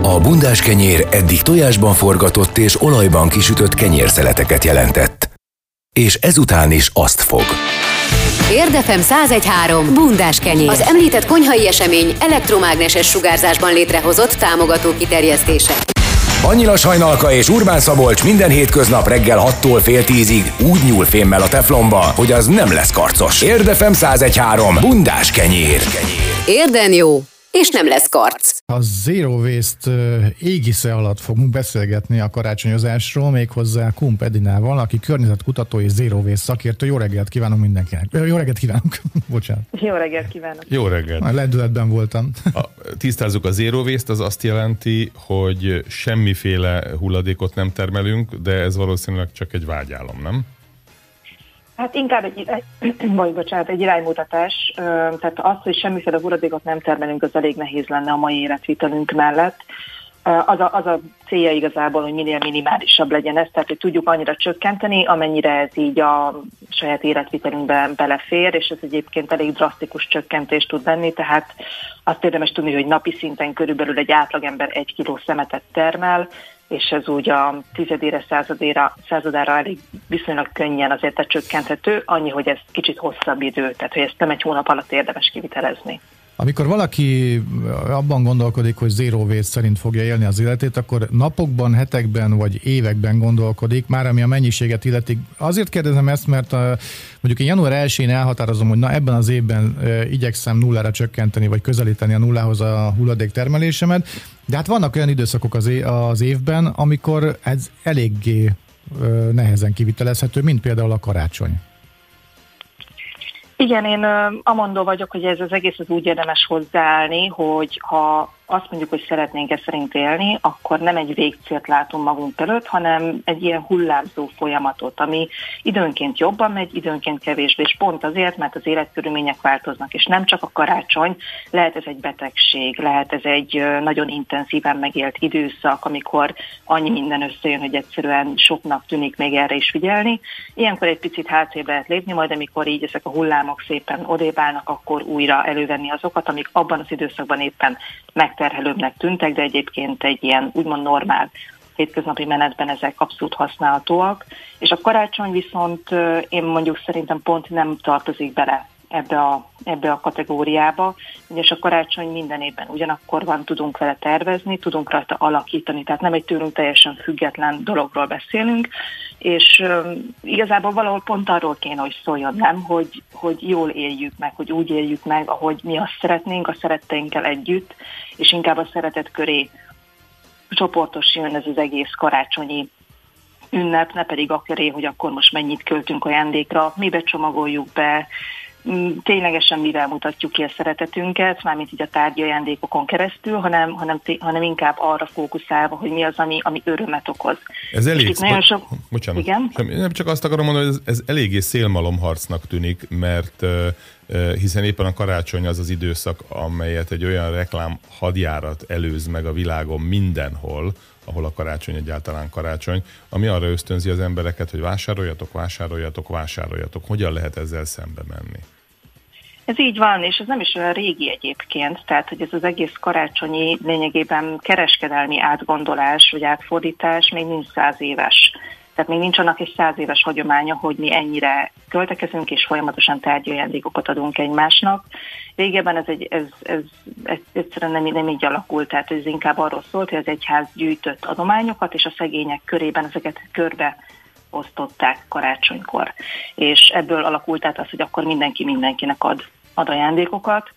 A bundás kenyér eddig tojásban forgatott és olajban kisütött kenyérszeleteket jelentett. És ezután is azt fog. Érdefem 101.3 bundás kenyér. Az említett konyhai esemény elektromágneses sugárzásban létrehozott támogató kiterjesztése. Annyila Sajnalka és Urbán Szabolcs minden hétköznap reggel 6-tól fél 10-ig úgy nyúl fémmel a teflonba, hogy az nem lesz karcos. Érdefem 101.3 bundás kenyér. Érden jó, és nem lesz karc. A Zero Waste égisze alatt fogunk beszélgetni a karácsonyozásról, méghozzá Kump Edinával, aki környezetkutató és Zero Waste szakértő. Jó reggelt kívánunk mindenkinek. Jó reggelt kívánunk. Bocsánat. Jó reggelt kívánok. Jó reggelt. Már lendületben voltam. Tisztázzuk, a Zero Waste az azt jelenti, hogy semmiféle hulladékot nem termelünk, de ez valószínűleg csak egy vágyálom, nem? Hát inkább egy iránymutatás, tehát az, hogy semmiféle hulladékot nem termelünk, az elég nehéz lenne a mai életvitelünk mellett. Az a célja igazából, hogy minél minimálisabb legyen ez, tehát hogy tudjuk annyira csökkenteni, amennyire ez így a saját életvitelünkben belefér, és ez egyébként elég drasztikus csökkentést tud lenni, tehát azt érdemes tudni, hogy napi szinten körülbelül egy átlagember 1 kiló szemetet termel, és ez úgy a tizedére, századára elég viszonylag könnyen azért csökkenthető, annyi, hogy ez kicsit hosszabb idő, tehát hogy ezt nem egy hónap alatt érdemes kivitelezni. Amikor valaki abban gondolkodik, hogy Zero Waste szerint fogja élni az életét, akkor napokban, hetekben vagy években gondolkodik, már ami a mennyiséget illeti. Azért kérdezem ezt, mert mondjuk én január 1-én elhatározom, hogy ebben az évben igyekszem nullára csökkenteni, vagy közelíteni a nullához a hulladék termelésemet, de hát vannak olyan időszakok az évben, amikor ez eléggé nehezen kivitelezhető, mint például a karácsony. Igen, én amondó vagyok, hogy ez az egész az úgy érdemes hozzáállni, hogy ha azt mondjuk, hogy szeretnénk ezt szerint élni, akkor nem egy végcélt látunk magunk előtt, hanem egy ilyen hullámzó folyamatot, ami időnként jobban megy, időnként kevésbé, és pont azért, mert az életkörülmények változnak, és nem csak a karácsony, lehet ez egy betegség, lehet ez egy nagyon intenzíven megélt időszak, amikor annyi minden összejön, hogy egyszerűen soknak tűnik még erre is figyelni. Ilyenkor egy picit hátrébb lehet lépni, majd amikor így ezek a hullámok szépen odébb állnak, akkor újra elővenni azokat, amik abban az időszakban éppen megterhelőbbnek tűntek, de egyébként egy ilyen úgymond normál hétköznapi menetben ezek abszolút használhatóak. És a karácsony viszont én mondjuk szerintem pont nem tartozik bele ebbe a kategóriába, ugyanis a karácsony minden évben ugyanakkor van, tudunk vele tervezni, tudunk rajta alakítani, tehát nem egy tőlünk teljesen független dologról beszélünk, és igazából valahol pont arról kéne, hogy szóljon, nem, hogy jól éljük meg, hogy úgy éljük meg, ahogy mi azt szeretnénk, a szeretteinkkel együtt, és inkább a szeretet köré csoportosuljon ez az egész karácsonyi ünnep, ne pedig a köré, hogy akkor most mennyit költünk ajándékra, mibe csomagoljuk be, ténylegesen mivel mutatjuk ki a szeretetünket, mármint így a tárgyi ajándékokon keresztül, hanem inkább arra fókuszálva, hogy mi az, ami örömet okoz. Ez elég... Bocsánat. Igen? Nem csak azt akarom mondani, hogy ez eléggé szélmalomharcnak tűnik, mert hiszen éppen a karácsony az az időszak, amelyet egy olyan reklám hadjárat előz meg a világon mindenhol, ahol a karácsony egyáltalán karácsony, ami arra ösztönzi az embereket, hogy vásároljatok, vásároljatok, vásároljatok. Hogyan lehet ezzel szembe menni? Ez így van, és ez nem is olyan régi egyébként, tehát hogy ez az egész karácsonyi lényegében kereskedelmi átgondolás vagy átfordítás még nincs 100 éves. Tehát még nincs annak egy 100 éves hagyománya, hogy mi ennyire költekezünk és folyamatosan tárgyi ajándékokat adunk egymásnak. Régebben ez egyszerűen nem így alakult, tehát ez inkább arról szólt, hogy az egyház gyűjtött adományokat, és a szegények körében ezeket körbe osztották karácsonykor. És ebből alakult át az, hogy akkor mindenki mindenkinek ad ajándékokat.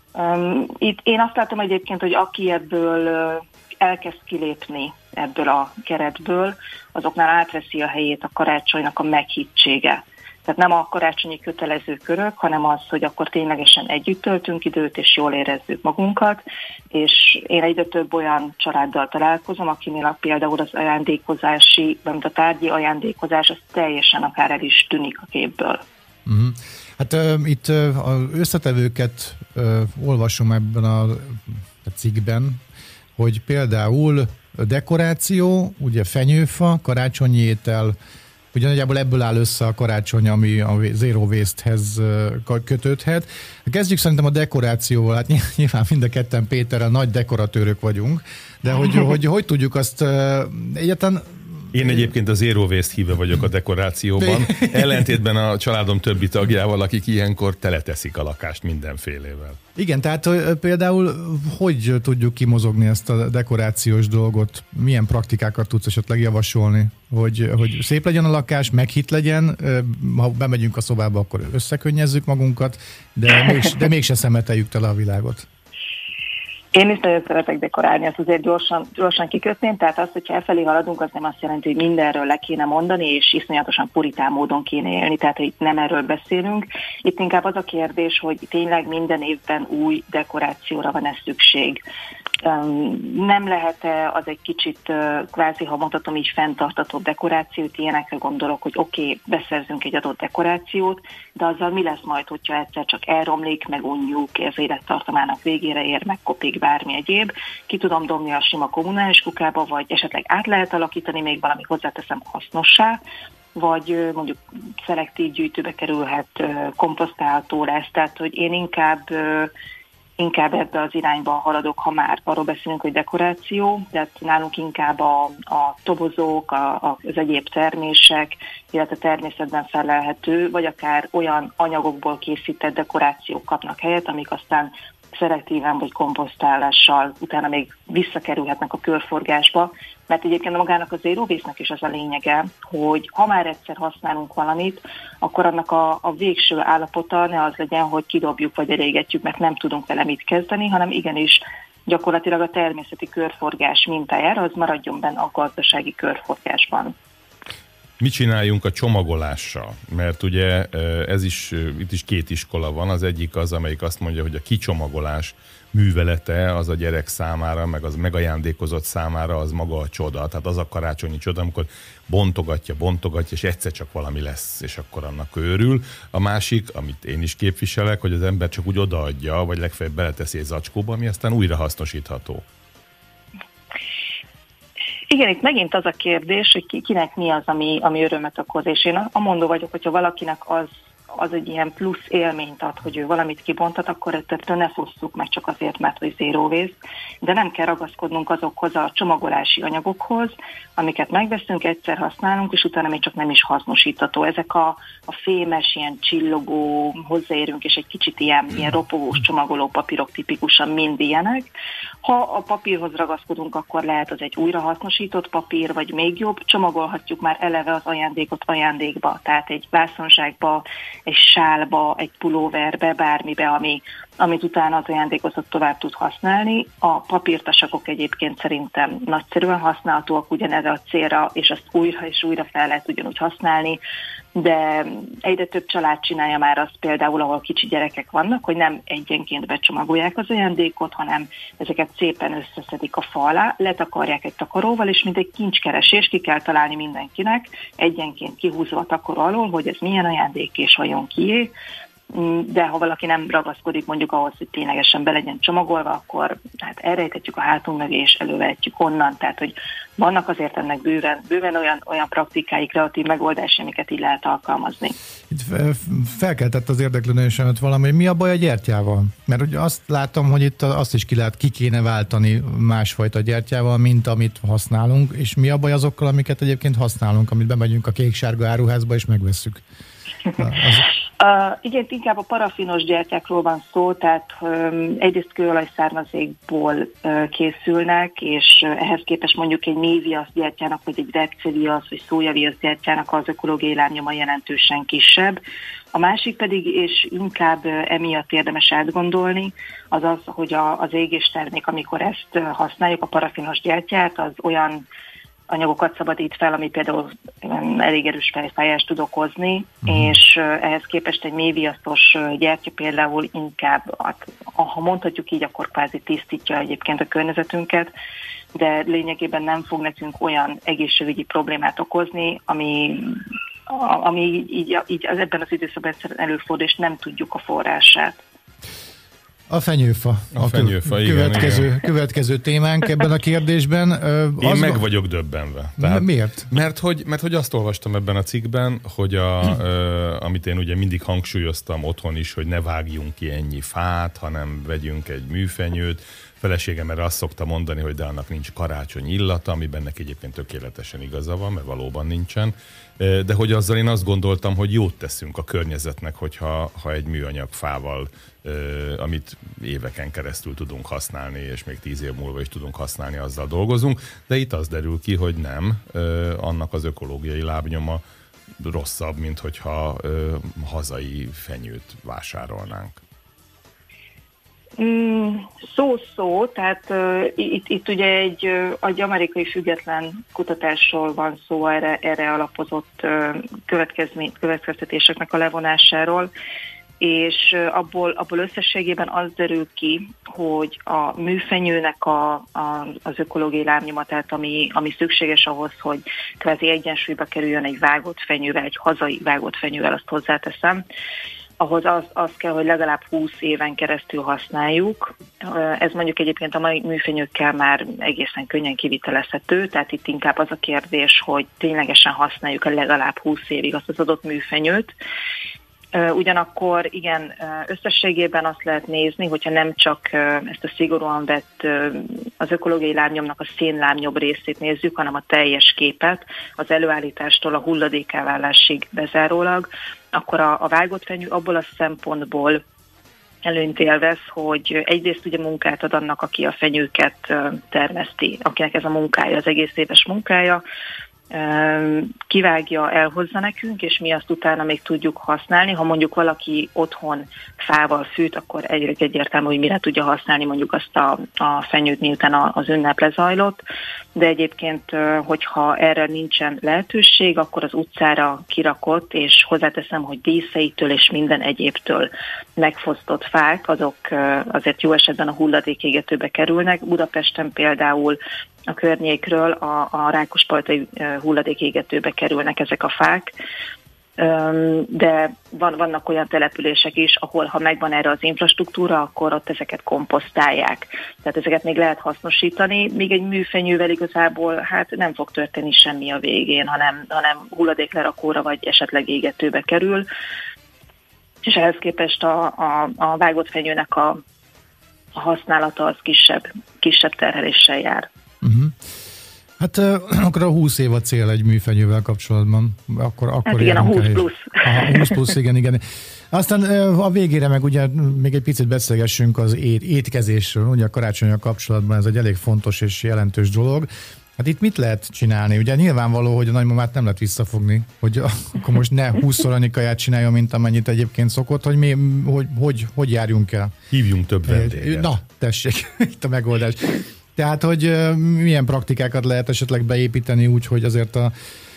Itt én azt látom egyébként, hogy aki ebből elkezd kilépni ebből a keretből, azoknál átveszi a helyét a karácsonynak a meghittsége. Tehát nem a karácsonyi kötelező körök, hanem az, hogy akkor ténylegesen együtt töltünk időt, és jól érezzük magunkat, és én egyre több olyan családdal találkozom, akinél például az ajándékozási, vagy a tárgyi ajándékozás, az teljesen akár el is tűnik a képből. Uh-huh. Hát itt az összetevőket olvasom ebben a cikkben, hogy például dekoráció, ugye fenyőfa, karácsonyi étel, Ugye nagyjából ebből áll össze a karácsony, ami a Zero Waste-hez kötődhet. Kezdjük szerintem a dekorációval, hát nyilván mind a ketten Péterrel nagy dekoratőrök vagyunk, de hogy tudjuk azt egyáltalán. Én egyébként a Zero Waste híve vagyok a dekorációban, ellentétben a családom többi tagjával, akik ilyenkor teleteszik a lakást mindenfélével. Igen, tehát például hogy tudjuk kimozogni ezt a dekorációs dolgot? Milyen praktikákat tudsz esetleg javasolni? Hogy szép legyen a lakás, meghitt legyen, ha bemegyünk a szobába, akkor összekönnyezzük magunkat, de mégse szemeteljük tele a világot. Én is nagyon szeretek dekorálni, ezt azért gyorsan kikötném, tehát azt, hogyha elfelé haladunk, az nem azt jelenti, hogy mindenről le kéne mondani, és iszonyatosan puritán módon kéne élni, tehát itt nem erről beszélünk. Itt inkább az a kérdés, hogy tényleg minden évben új dekorációra van-e szükség. Nem lehet-e az egy kicsit kvázi, ha mondhatom így, fenntartatóbb dekorációt, ilyenekre gondolok, hogy oké, beszerzünk egy adott dekorációt, de azzal mi lesz majd, hogyha egyszer csak elromlik, megunjuk, az élettartamának végére ér, megkopik, bármi egyéb. Ki tudom dobni a sima kommunális kukába, vagy esetleg át lehet alakítani, még valami hozzáteszem hasznossá, vagy mondjuk szelektív gyűjtőbe kerülhet, komposztálható lesz, tehát hogy én inkább ebbe az irányba haladok, ha már arról beszélünk, hogy dekoráció, tehát nálunk inkább a tobozók, az egyéb termések, illetve természetben felelhető, vagy akár olyan anyagokból készített dekorációk kapnak helyet, amik aztán szelektíven vagy komposztálással utána még visszakerülhetnek a körforgásba, mert egyébként magának a Zero Waste-nek is az a lényege, hogy ha már egyszer használunk valamit, akkor annak a végső állapota ne az legyen, hogy kidobjuk vagy elégetjük, mert nem tudunk vele mit kezdeni, hanem igenis gyakorlatilag a természeti körforgás mintájára az maradjon benne a gazdasági körforgásban. Mit csináljunk a csomagolással? Mert ugye itt is két iskola van. Az egyik az, amelyik azt mondja, hogy a kicsomagolás művelete az a gyerek számára, meg az megajándékozott számára az maga a csoda. Tehát az a karácsonyi csoda, amikor bontogatja, és egyszer csak valami lesz, és akkor annak örül. A másik, amit én is képviselek, hogy az ember csak úgy odaadja, vagy legfeljebb beleteszi egy zacskóba, ami aztán újra hasznosítható. Igen, itt megint az a kérdés, hogy kinek mi az, ami örömet okoz, és én amondó vagyok, hogyha valakinek az egy ilyen plusz élményt ad, hogy ő valamit kibontat, akkor ettől ne fosszuk meg csak azért, mert hogy Zero Waste, de nem kell ragaszkodnunk azokhoz a csomagolási anyagokhoz, amiket megveszünk, egyszer használunk, és utána még csak nem is hasznosítható. Ezek a fémes, ilyen csillogó, hozzáérünk, és egy kicsit ilyen ropogós csomagoló papírok tipikusan mind ilyenek. Ha a papírhoz ragaszkodunk, akkor lehet az egy újrahasznosított papír, vagy még jobb, csomagolhatjuk már eleve az ajándékot ajándékba, tehát egy vászonságba, egy sálba, egy pulóverbe, bármibe, amit utána az ajándékozat tovább tud használni. A papírtasakok egyébként szerintem nagyszerűen használhatóak ugyanerre a célra, és azt újra és újra fel lehet ugyanúgy használni, de egyre több család csinálja már azt például, ahol kicsi gyerekek vannak, hogy nem egyenként becsomagolják az ajándékot, hanem ezeket szépen összeszedik a fa alá, letakarják egy takaróval, és mint egy kincskeresés ki kell találni mindenkinek, egyenként kihúzva a takaró alól, hogy ez milyen ajándék és vajon kié. De ha valaki nem ragaszkodik mondjuk ahhoz, hogy ténylegesen be legyen csomagolva, akkor hát elrejthetjük a hátunk mögé és elővehetjük onnan. Tehát, hogy vannak azért ennek bőven olyan praktikái, kreatív megoldásai, amiket így lehet alkalmazni. Itt felkeltett az érdeklődésemet valami, mi a baj a gyertyával? Mert ugye azt látom, hogy itt azt is ki kéne váltani másfajta gyertyával, mint amit használunk, és mi a baj azokkal, amiket egyébként használunk, amit bemegyünk a kék-sárga áruházba és megvesszük? Igen, inkább a parafinos gyertyákról van szó, tehát egyrészt kőolajszármazékból készülnek, és ehhez képest mondjuk egy méhviasz gyertyának, vagy egy repceviasz, vagy szójaviasz gyertyának az ökológiai lábnyoma jelentősen kisebb. A másik pedig, és inkább emiatt érdemes átgondolni, az az, hogy az égéstermék, amikor ezt használjuk, a parafinos gyertyát, az olyan anyagokat szabadít fel, ami például elég erős fejfájást tud okozni, és ehhez képest egy méhviaszos gyertya például inkább, ha mondhatjuk így, akkor kvázi tisztítja egyébként a környezetünket, de lényegében nem fog nekünk olyan egészségügyi problémát okozni, ami így ebben az időszakban előfordul, és nem tudjuk a forrását. A fenyőfa. Következő témánk ebben a kérdésben. Én meg vagyok döbbenve. Tehát, miért? Mert hogy azt olvastam ebben a cikkben, hogy amit én ugye mindig hangsúlyoztam otthon is, hogy ne vágjunk ki ennyi fát, hanem vegyünk egy műfenyőt. Feleségem erre azt szokta mondani, hogy de annak nincs karácsony illata, amiben neki egyébként tökéletesen igaza van, mert valóban nincsen. De hogy azzal én azt gondoltam, hogy jót teszünk a környezetnek, hogyha egy műanyag fával, amit éveken keresztül tudunk használni, és még 10 év múlva is tudunk használni, azzal dolgozunk. De itt az derül ki, hogy nem, annak az ökológiai lábnyoma rosszabb, mint hogyha hazai fenyőt vásárolnánk. Szó, tehát itt ugye egy amerikai független kutatásról van szó, erre alapozott következtetéseknek a levonásáról, és abból összességében az derül ki, hogy a műfenyőnek az ökológiai lábnyoma, tehát ami szükséges ahhoz, hogy kvázi egyensúlyba kerüljön egy vágott fenyővel, egy hazai vágott fenyővel, azt hozzáteszem, ahhoz az kell, hogy legalább 20 éven keresztül használjuk. Ez mondjuk egyébként a mai műfenyőkkel már egészen könnyen kivitelezhető, tehát itt inkább az a kérdés, hogy ténylegesen használjuk legalább 20 évig azt az adott műfenyőt. Ugyanakkor igen, összességében azt lehet nézni, hogyha nem csak ezt a szigorúan vett az ökológiai lábnyomnak a szénlábnyom részét nézzük, hanem a teljes képet, az előállítástól a hulladékáválásig bezárólag, akkor a vágott fenyő abból a szempontból előnyt élvez, hogy egyrészt ugye munkát ad annak, aki a fenyőket termeszti, akinek ez a munkája, az egész éves munkája, kivágja, elhozza nekünk, és mi azt utána még tudjuk használni. Ha mondjuk valaki otthon fával fűt, akkor egyértelmű, hogy mire tudja használni mondjuk azt a fenyőt, miután az ünnep lezajlott, de egyébként, hogyha erre nincsen lehetőség, akkor az utcára kirakott, és hozzáteszem, hogy díszeitől és minden egyébtől megfosztott fák, azok azért jó esetben a hulladékégetőbe kerülnek. Budapesten például a környékről a Rákospaltai hulladékégetőbe kerülnek ezek a fák, de vannak olyan települések is, ahol ha megvan erre az infrastruktúra, akkor ott ezeket komposztálják. Tehát ezeket még lehet hasznosítani, míg egy műfenyővel igazából hát nem fog történni semmi a végén, hanem hulladéklerakóra vagy esetleg égetőbe kerül, és ehhez képest a vágott fenyőnek a használata az kisebb terheléssel jár. Uh-huh. Hát akkor a 20 év a cél egy műfenyővel kapcsolatban. Akkor hát igen, a 20 plusz. Aha, 20 plusz, igen. Aztán a végére meg ugye még egy picit beszélgessünk az étkezésről. Ugye a karácsonnyal kapcsolatban ez egy elég fontos és jelentős dolog. Hát itt mit lehet csinálni? Ugye nyilvánvaló, hogy a nagymamát nem lehet visszafogni, hogy akkor most ne 20-szor annyi kaját csináljon, mint amennyit egyébként szokott, hogy járjunk el. Hívjunk több vendéget. Na, tessék, itt a megoldás. Tehát, hogy milyen praktikákat lehet esetleg beépíteni úgy, hogy azért a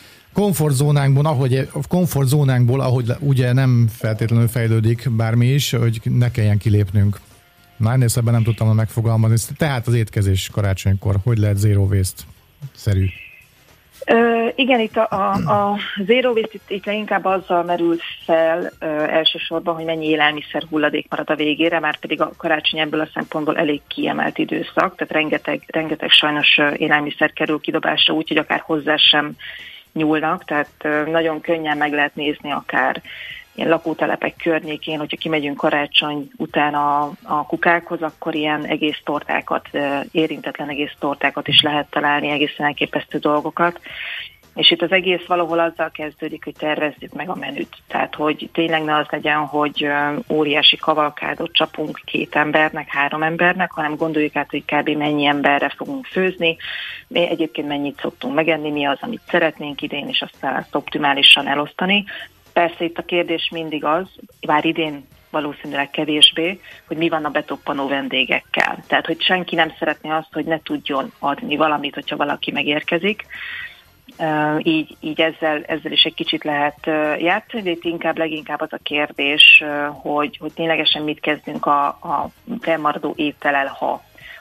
komfortzónánkból, ahogy ugye nem feltétlenül fejlődik bármi is, hogy ne kelljen kilépnünk. Na, ennél szebben nem tudtam megfogalmazni. Tehát az étkezés karácsonykor, hogy lehet zero waste-szerű? Igen, itt a zero waste itt leginkább azzal merül fel elsősorban, hogy mennyi élelmiszer hulladék marad a végére, már pedig a karácsony ebből a szempontból elég kiemelt időszak, tehát rengeteg sajnos élelmiszer kerül kidobásra, úgyhogy akár hozzá sem nyúlnak, tehát nagyon könnyen meg lehet nézni akár ilyen lakótelepek környékén, hogyha kimegyünk karácsony után a kukákhoz, akkor ilyen egész tortákat, érintetlen egész tortákat is lehet találni, egészen elképesztő dolgokat. És itt az egész valahol azzal kezdődik, hogy tervezzük meg a menüt. Tehát, hogy tényleg ne az legyen, hogy óriási kavalkádot csapunk 2 embernek, 3 embernek, hanem gondoljuk át, hogy kb. Mennyi emberre fogunk főzni, egyébként mennyit szoktunk megenni, mi az, amit szeretnénk idén, és aztán ezt optimálisan elosztani. Persze itt a kérdés mindig az, bár idén valószínűleg kevésbé, hogy mi van a betoppanó vendégekkel. Tehát, hogy senki nem szeretné azt, hogy ne tudjon adni valamit, hogyha valaki megérkezik. Így ezzel is egy kicsit lehet játszani, de itt leginkább az a kérdés, hogy ténylegesen mit kezdünk a felmaradó étellel,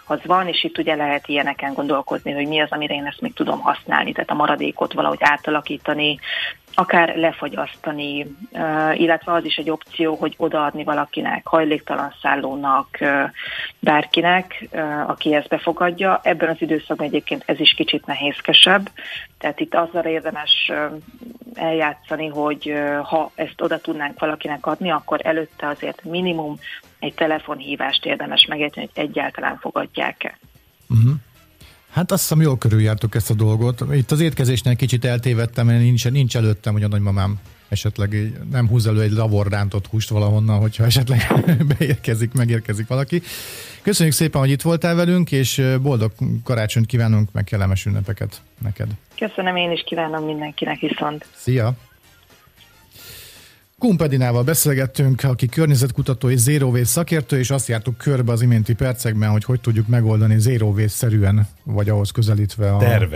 az van, és itt ugye lehet ilyeneken gondolkozni, hogy mi az, amire én ezt még tudom használni, tehát a maradékot valahogy átalakítani, akár lefagyasztani, illetve az is egy opció, hogy odaadni valakinek, hajléktalan szállónak, bárkinek, aki ezt befogadja. Ebben az időszakban egyébként ez is kicsit nehézkesebb, tehát itt azzal érdemes eljátszani, hogy ha ezt oda tudnánk valakinek adni, akkor előtte azért minimum egy telefonhívást érdemes megérteni, hogy egyáltalán fogadják-e. Uh-huh. Hát azt hiszem, jól körüljártuk ezt a dolgot. Itt az étkezésnél kicsit eltévedtem, mert nincs előttem, hogy a nagymamám esetleg nem húz elő egy laborrántott húst valahonnan, hogyha esetleg megérkezik valaki. Köszönjük szépen, hogy itt voltál velünk, és boldog karácsonyt kívánunk, meg kellemes ünnepeket neked. Köszönöm, én is kívánom mindenkinek viszont. Szia! Kun Edinával beszélgettünk, aki környezetkutató és zero waste szakértő, és azt jártuk körbe az iménti percekben, hogy tudjuk megoldani zero waste-szerűen, vagy ahhoz közelítve.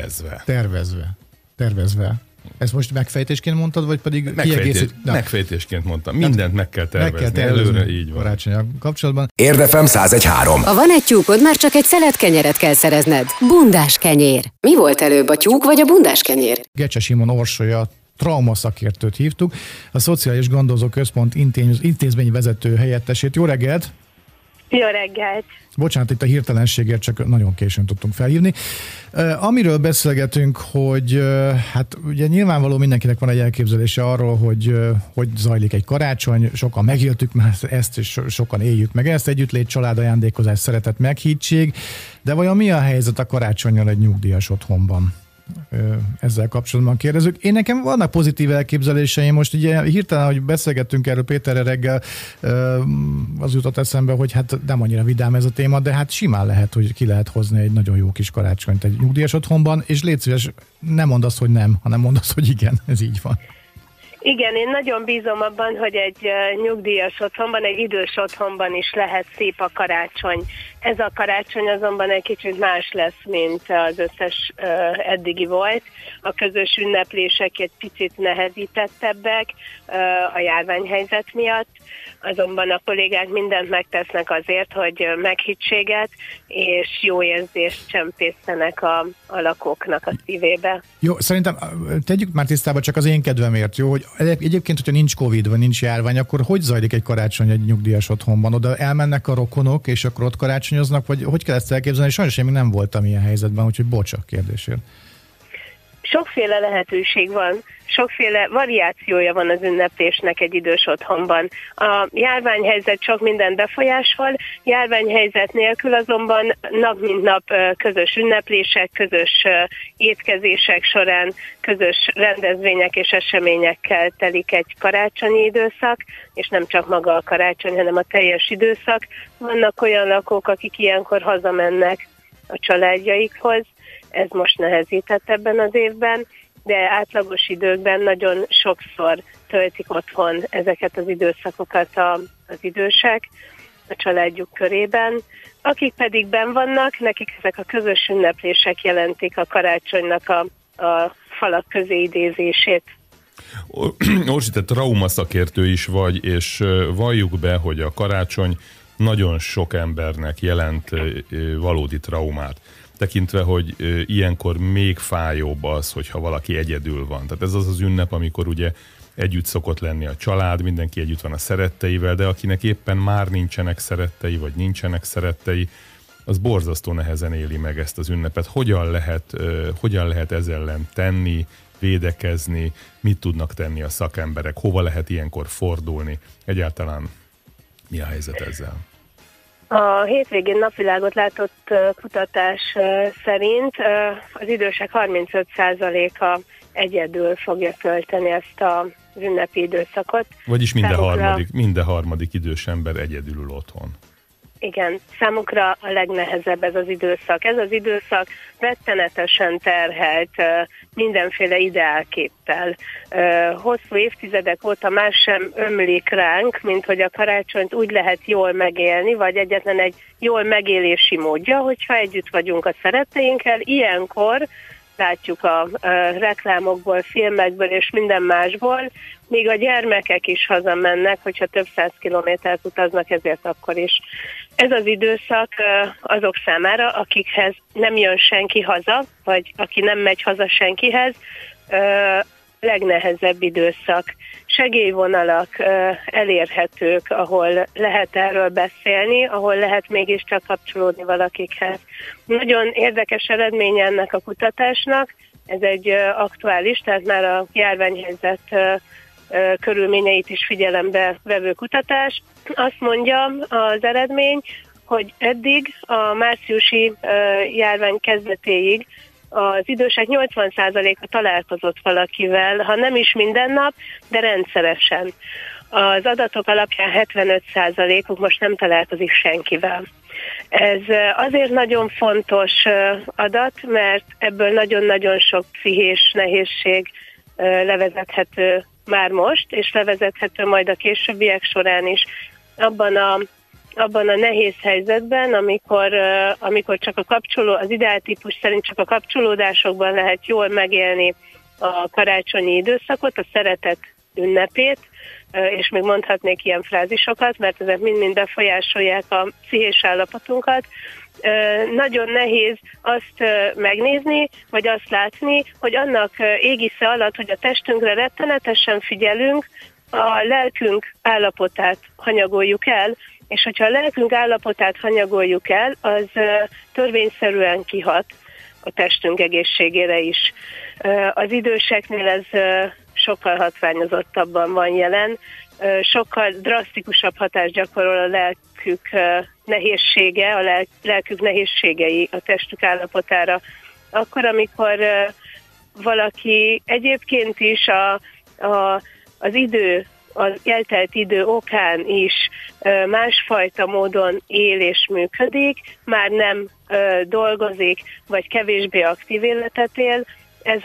Tervezve. Ezt most megfejtésként mondtad, vagy pedig megfejtésként mondtam. Mindent meg kell tervezni. Előre, így van. Karácsonnyal kapcsolatban. Érdefem 101.3. Ha van egy tyúkod, már csak egy szelet kenyeret kell szerezned. Bundás kenyér. Mi volt előbb, a tyúk vagy a bundás kenyér? Gecse Simon Orsolya traumaszakértőt hívtuk, a Szociális Gondozó Központ intézmény vezető helyettesét. Jó reggelt! Jó reggelt! Bocsánat, itt a hirtelenségért csak nagyon későn tudtunk felhívni. Amiről beszélgetünk, hogy hát ugye nyilvánvaló mindenkinek van egy elképzelése arról, hogy zajlik egy karácsony, sokan megéltük már ezt, és sokan éljük meg ezt, együttlét, család, ajándékozás, szeretet, meghittség, de vajon mi a helyzet a karácsonnyal egy nyugdíjas otthonban? Ezzel kapcsolatban kérdezők. Én nekem vannak pozitív elképzeléseim, most ugye hirtelen, hogy beszélgettünk erről Péterre reggel, az jutott eszembe, hogy hát nem annyira vidám ez a téma, de hát simán lehet, hogy ki lehet hozni egy nagyon jó kis karácsonyt egy nyugdíjas otthonban, és légy szíves, nem mondd azt, hogy nem, hanem mondd azt, hogy igen, ez így van. Igen, én nagyon bízom abban, hogy egy nyugdíjas otthonban, egy idős otthonban is lehet szép a karácsony. Ez a karácsony azonban egy kicsit más lesz, mint az összes eddigi volt. A közös ünneplések egy picit nehezítettebbek a járványhelyzet miatt, azonban a kollégák mindent megtesznek azért, hogy meghittséget és jó érzést csempészenek a lakóknak a szívébe. Jó, szerintem tegyük már tisztába csak az én kedvemért, jó, hogy egyébként, hogyha nincs Covid, vagy nincs járvány, akkor hogy zajlik egy karácsony egy nyugdíjas otthonban? Oda elmennek a rokonok, és akkor ott karácsonyoznak, vagy hogy kell ezt elképzelni? Sajnos én még nem voltam ilyen helyzetben, úgyhogy bocsak kérdésért. Sokféle lehetőség van, sokféle variációja van az ünneplésnek egy idős otthonban. A járványhelyzet sok mindent befolyásol, járványhelyzet nélkül azonban nap mint nap közös ünneplések, közös étkezések során, közös rendezvények és eseményekkel telik egy karácsonyi időszak, és nem csak maga a karácsony, hanem a teljes időszak. Vannak olyan lakók, akik ilyenkor hazamennek a családjaikhoz, ez most nehezített ebben az évben, de átlagos időkben nagyon sokszor töltik otthon ezeket az időszakokat az idősek a családjuk körében. Akik pedig benn vannak, nekik ezek a közös ünneplések jelentik a karácsonynak a falak közé idézését. Orsi, te traumaszakértő is vagy, és valljuk be, hogy a karácsony nagyon sok embernek jelent valódi traumát. Tekintve, hogy ilyenkor még fájóbb az, hogyha valaki egyedül van. Tehát ez az az ünnep, amikor ugye együtt szokott lenni a család, mindenki együtt van a szeretteivel, de akinek éppen már nincsenek szerettei, vagy nincsenek szerettei, az borzasztó nehezen éli meg ezt az ünnepet. Hogyan lehet ezzel ellen tenni, védekezni, mit tudnak tenni a szakemberek, hova lehet ilyenkor fordulni? Egyáltalán mi a helyzet ezzel? A hétvégén napvilágot látott kutatás szerint az idősek 35%-a egyedül fogja tölteni ezt az ünnepi időszakot. Vagyis minden harmadik idős ember egyedül ül otthon. Igen, számukra a legnehezebb ez az időszak. Ez az időszak rettenetesen terhelt mindenféle ideálképpel. Hosszú évtizedek óta más sem ömlik ránk, mint hogy a karácsonyt úgy lehet jól megélni, vagy egyetlen egy jól megélési módja, hogyha együtt vagyunk a szeretteinkkel. Ilyenkor látjuk a reklámokból, filmekből és minden másból, míg a gyermekek is hazamennek, hogyha több 100 kilométert utaznak, ezért akkor is. Ez az időszak azok számára, akikhez nem jön senki haza, vagy aki nem megy haza senkihez, legnehezebb időszak. Segélyvonalak elérhetők, ahol lehet erről beszélni, ahol lehet mégiscsak kapcsolódni valakikhez. Nagyon érdekes eredménye ennek a kutatásnak, ez egy aktuális, tehát már a járványhelyzet körülményeit is figyelembe vevő kutatás. Azt mondja az eredmény, hogy eddig a márciusi járvány kezdetéig az idősek 80%-a találkozott valakivel, ha nem is minden nap, de rendszeresen. Az adatok alapján 75%-uk most nem találkozik senkivel. Ez azért nagyon fontos adat, mert ebből nagyon-nagyon sok pszichés nehézség levezethető már most, és levezethető majd a későbbiek során is abban a nehéz helyzetben, amikor csak az ideáltípus szerint csak a kapcsolódásokban lehet jól megélni a karácsonyi időszakot, a szeretet ünnepét, és még mondhatnék ilyen frázisokat, mert ezek mind-mind befolyásolják a pszichés állapotunkat. Nagyon nehéz azt megnézni, vagy azt látni, hogy annak égisze alatt, hogy a testünkre rettenetesen figyelünk, a lelkünk állapotát hanyagoljuk el, és hogyha a lelkünk állapotát hanyagoljuk el, az törvényszerűen kihat a testünk egészségére is. Az időseknél ez sokkal hatványozottabban van jelen, sokkal drasztikusabb hatást gyakorol a lelkük nehézsége, a lelkük nehézségei a testük állapotára. Akkor, amikor valaki egyébként is az eltelt idő okán is másfajta módon él és működik, már nem dolgozik, vagy kevésbé aktív életet él, ez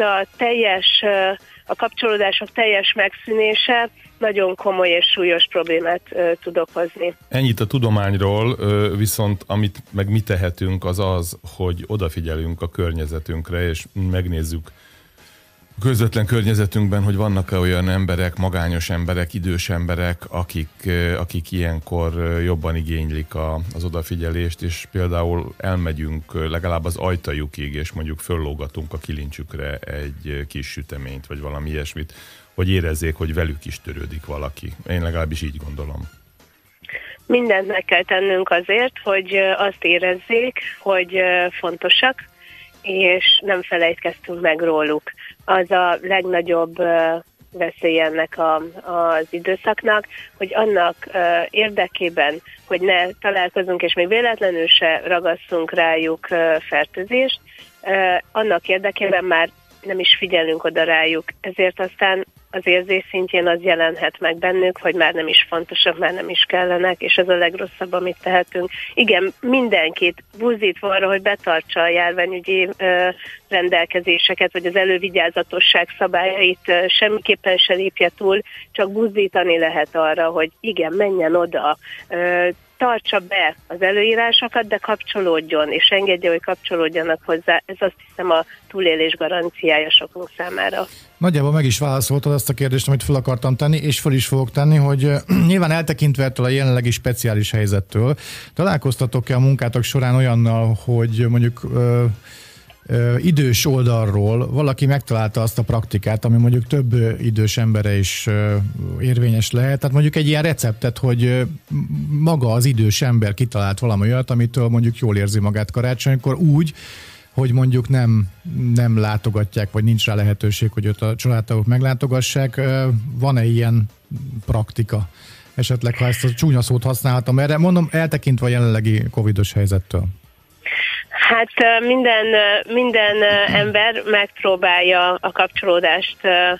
a kapcsolódások teljes megszűnése nagyon komoly és súlyos problémát tud okozni. Ennyit a tudományról, viszont amit meg mi tehetünk az, hogy odafigyelünk a környezetünkre, és megnézzük közvetlen környezetünkben, hogy vannak-e olyan emberek, magányos emberek, idős emberek, akik ilyenkor jobban igénylik az odafigyelést, és például elmegyünk legalább az ajtajukig, és mondjuk föllógatunk a kilincsükre egy kis süteményt, vagy valami ilyesmit, hogy érezzék, hogy velük is törődik valaki. Én legalábbis így gondolom. Mindent meg kell tennünk azért, hogy azt érezzék, hogy fontosak, és nem felejtkeztünk meg róluk. Az a legnagyobb veszély ennek az időszaknak, hogy annak érdekében, hogy ne találkozunk, és még véletlenül se ragasszunk rájuk fertőzést, annak érdekében már nem is figyelünk oda rájuk. Ezért aztán az érzés szintjén az jelenhet meg bennük, hogy már nem is fontosak, már nem is kellenek, és ez a legrosszabb, amit tehetünk. Igen, mindenkit buzdítva arra, hogy betartsa a járványügyi rendelkezéseket, vagy az elővigyázatosság szabályait semmiképpen se lépje túl, csak buzdítani lehet arra, hogy igen, menjen oda, tartsa be az előírásokat, de kapcsolódjon, és engedje, hogy kapcsolódjanak hozzá. Ez azt hiszem a túlélés garanciája sokunk számára. Nagyjából meg is válaszoltad azt a kérdést, amit fel akartam tenni, és fel is fogok tenni, hogy nyilván eltekintve ettől a jelenlegi speciális helyzettől, találkoztatok-e a munkátok során olyannal, hogy mondjuk idős oldalról valaki megtalálta azt a praktikát, ami mondjuk több idős embere is érvényes lehet. Tehát mondjuk egy ilyen receptet, hogy maga az idős ember kitalált valami olyat, amitől mondjuk jól érzi magát karácsonykor úgy, hogy mondjuk nem látogatják, vagy nincs rá lehetőség, hogy őt a családtagok meglátogassák. Van-e ilyen praktika? Esetleg, ha ezt a csúnya szót használhatom erre, mondom, eltekintve a jelenlegi covidos helyzettől. Hát minden ember megpróbálja a kapcsolódást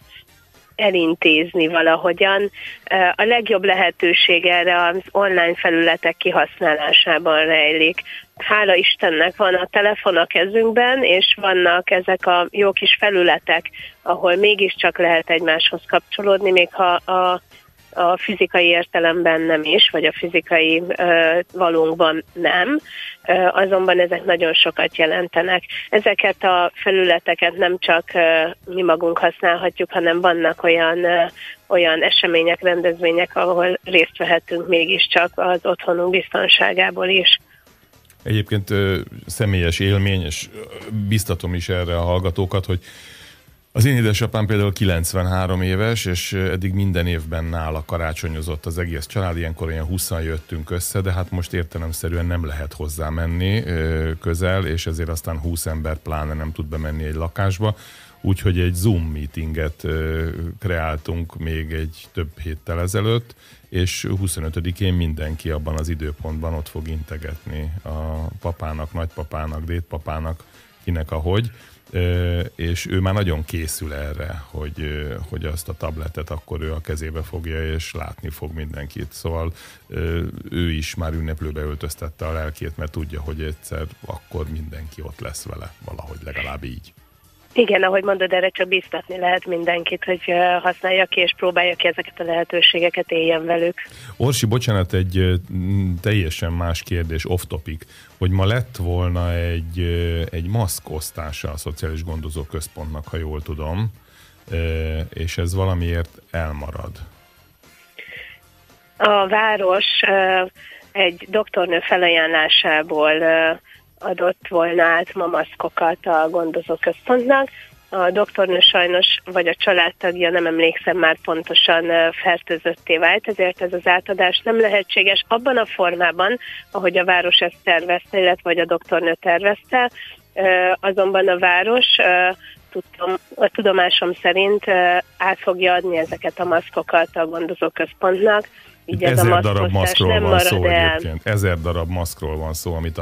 elintézni valahogyan. A legjobb lehetőség erre az online felületek kihasználásában rejlik. Hála Istennek van a telefon a kezünkben, és vannak ezek a jó kis felületek, ahol mégiscsak lehet egymáshoz kapcsolódni, még ha a fizikai értelemben nem is, vagy a fizikai valónkban nem, azonban ezek nagyon sokat jelentenek. Ezeket a felületeket nem csak mi magunk használhatjuk, hanem vannak olyan események, rendezvények, ahol részt vehetünk mégiscsak az otthonunk biztonságából is. Egyébként személyes élmény, és biztatom is erre a hallgatókat, hogy az én édesapám például 93 éves, és eddig minden évben nála karácsonyozott az egész család, ilyenkor olyan 20-an jöttünk össze, de hát most értelemszerűen nem lehet hozzá menni közel, és ezért aztán 20 ember pláne nem tud bemenni egy lakásba, úgyhogy egy Zoom meetinget kreáltunk még egy több héttel ezelőtt, és 25-én mindenki abban az időpontban ott fog integetni a papának, nagypapának, dédpapának, kinek ahogy, és ő már nagyon készül erre, hogy azt a tabletet akkor ő a kezébe fogja, és látni fog mindenkit. Szóval ő is már ünneplőbe öltöztette a lelkét, mert tudja, hogy egyszer akkor mindenki ott lesz vele, valahogy legalább így. Igen, ahogy mondod, erre csak biztatni lehet mindenkit, hogy használja ki és próbálja ki ezeket a lehetőségeket, éljen velük. Orsi, bocsánat, egy teljesen más kérdés, off-topic, hogy ma lett volna egy maszkosztása a Szociális Gondozó Központnak, ha jól tudom, és ez valamiért elmarad. A város egy doktornő felajánlásából adott volna át ma maszkokat a gondozóközpontnak. A doktornő sajnos, vagy a családtagja, nem emlékszem már pontosan, fertőzötté vált, ezért ez az átadás nem lehetséges abban a formában, ahogy a város ezt tervezte, illetve vagy a doktornő tervezte. Azonban a város, a tudomásom szerint át fogja adni ezeket a maszkokat a gondozóközpontnak. Így 1000 darab maszkról van szó egyébként. 1000 darab maszkról van szó, amit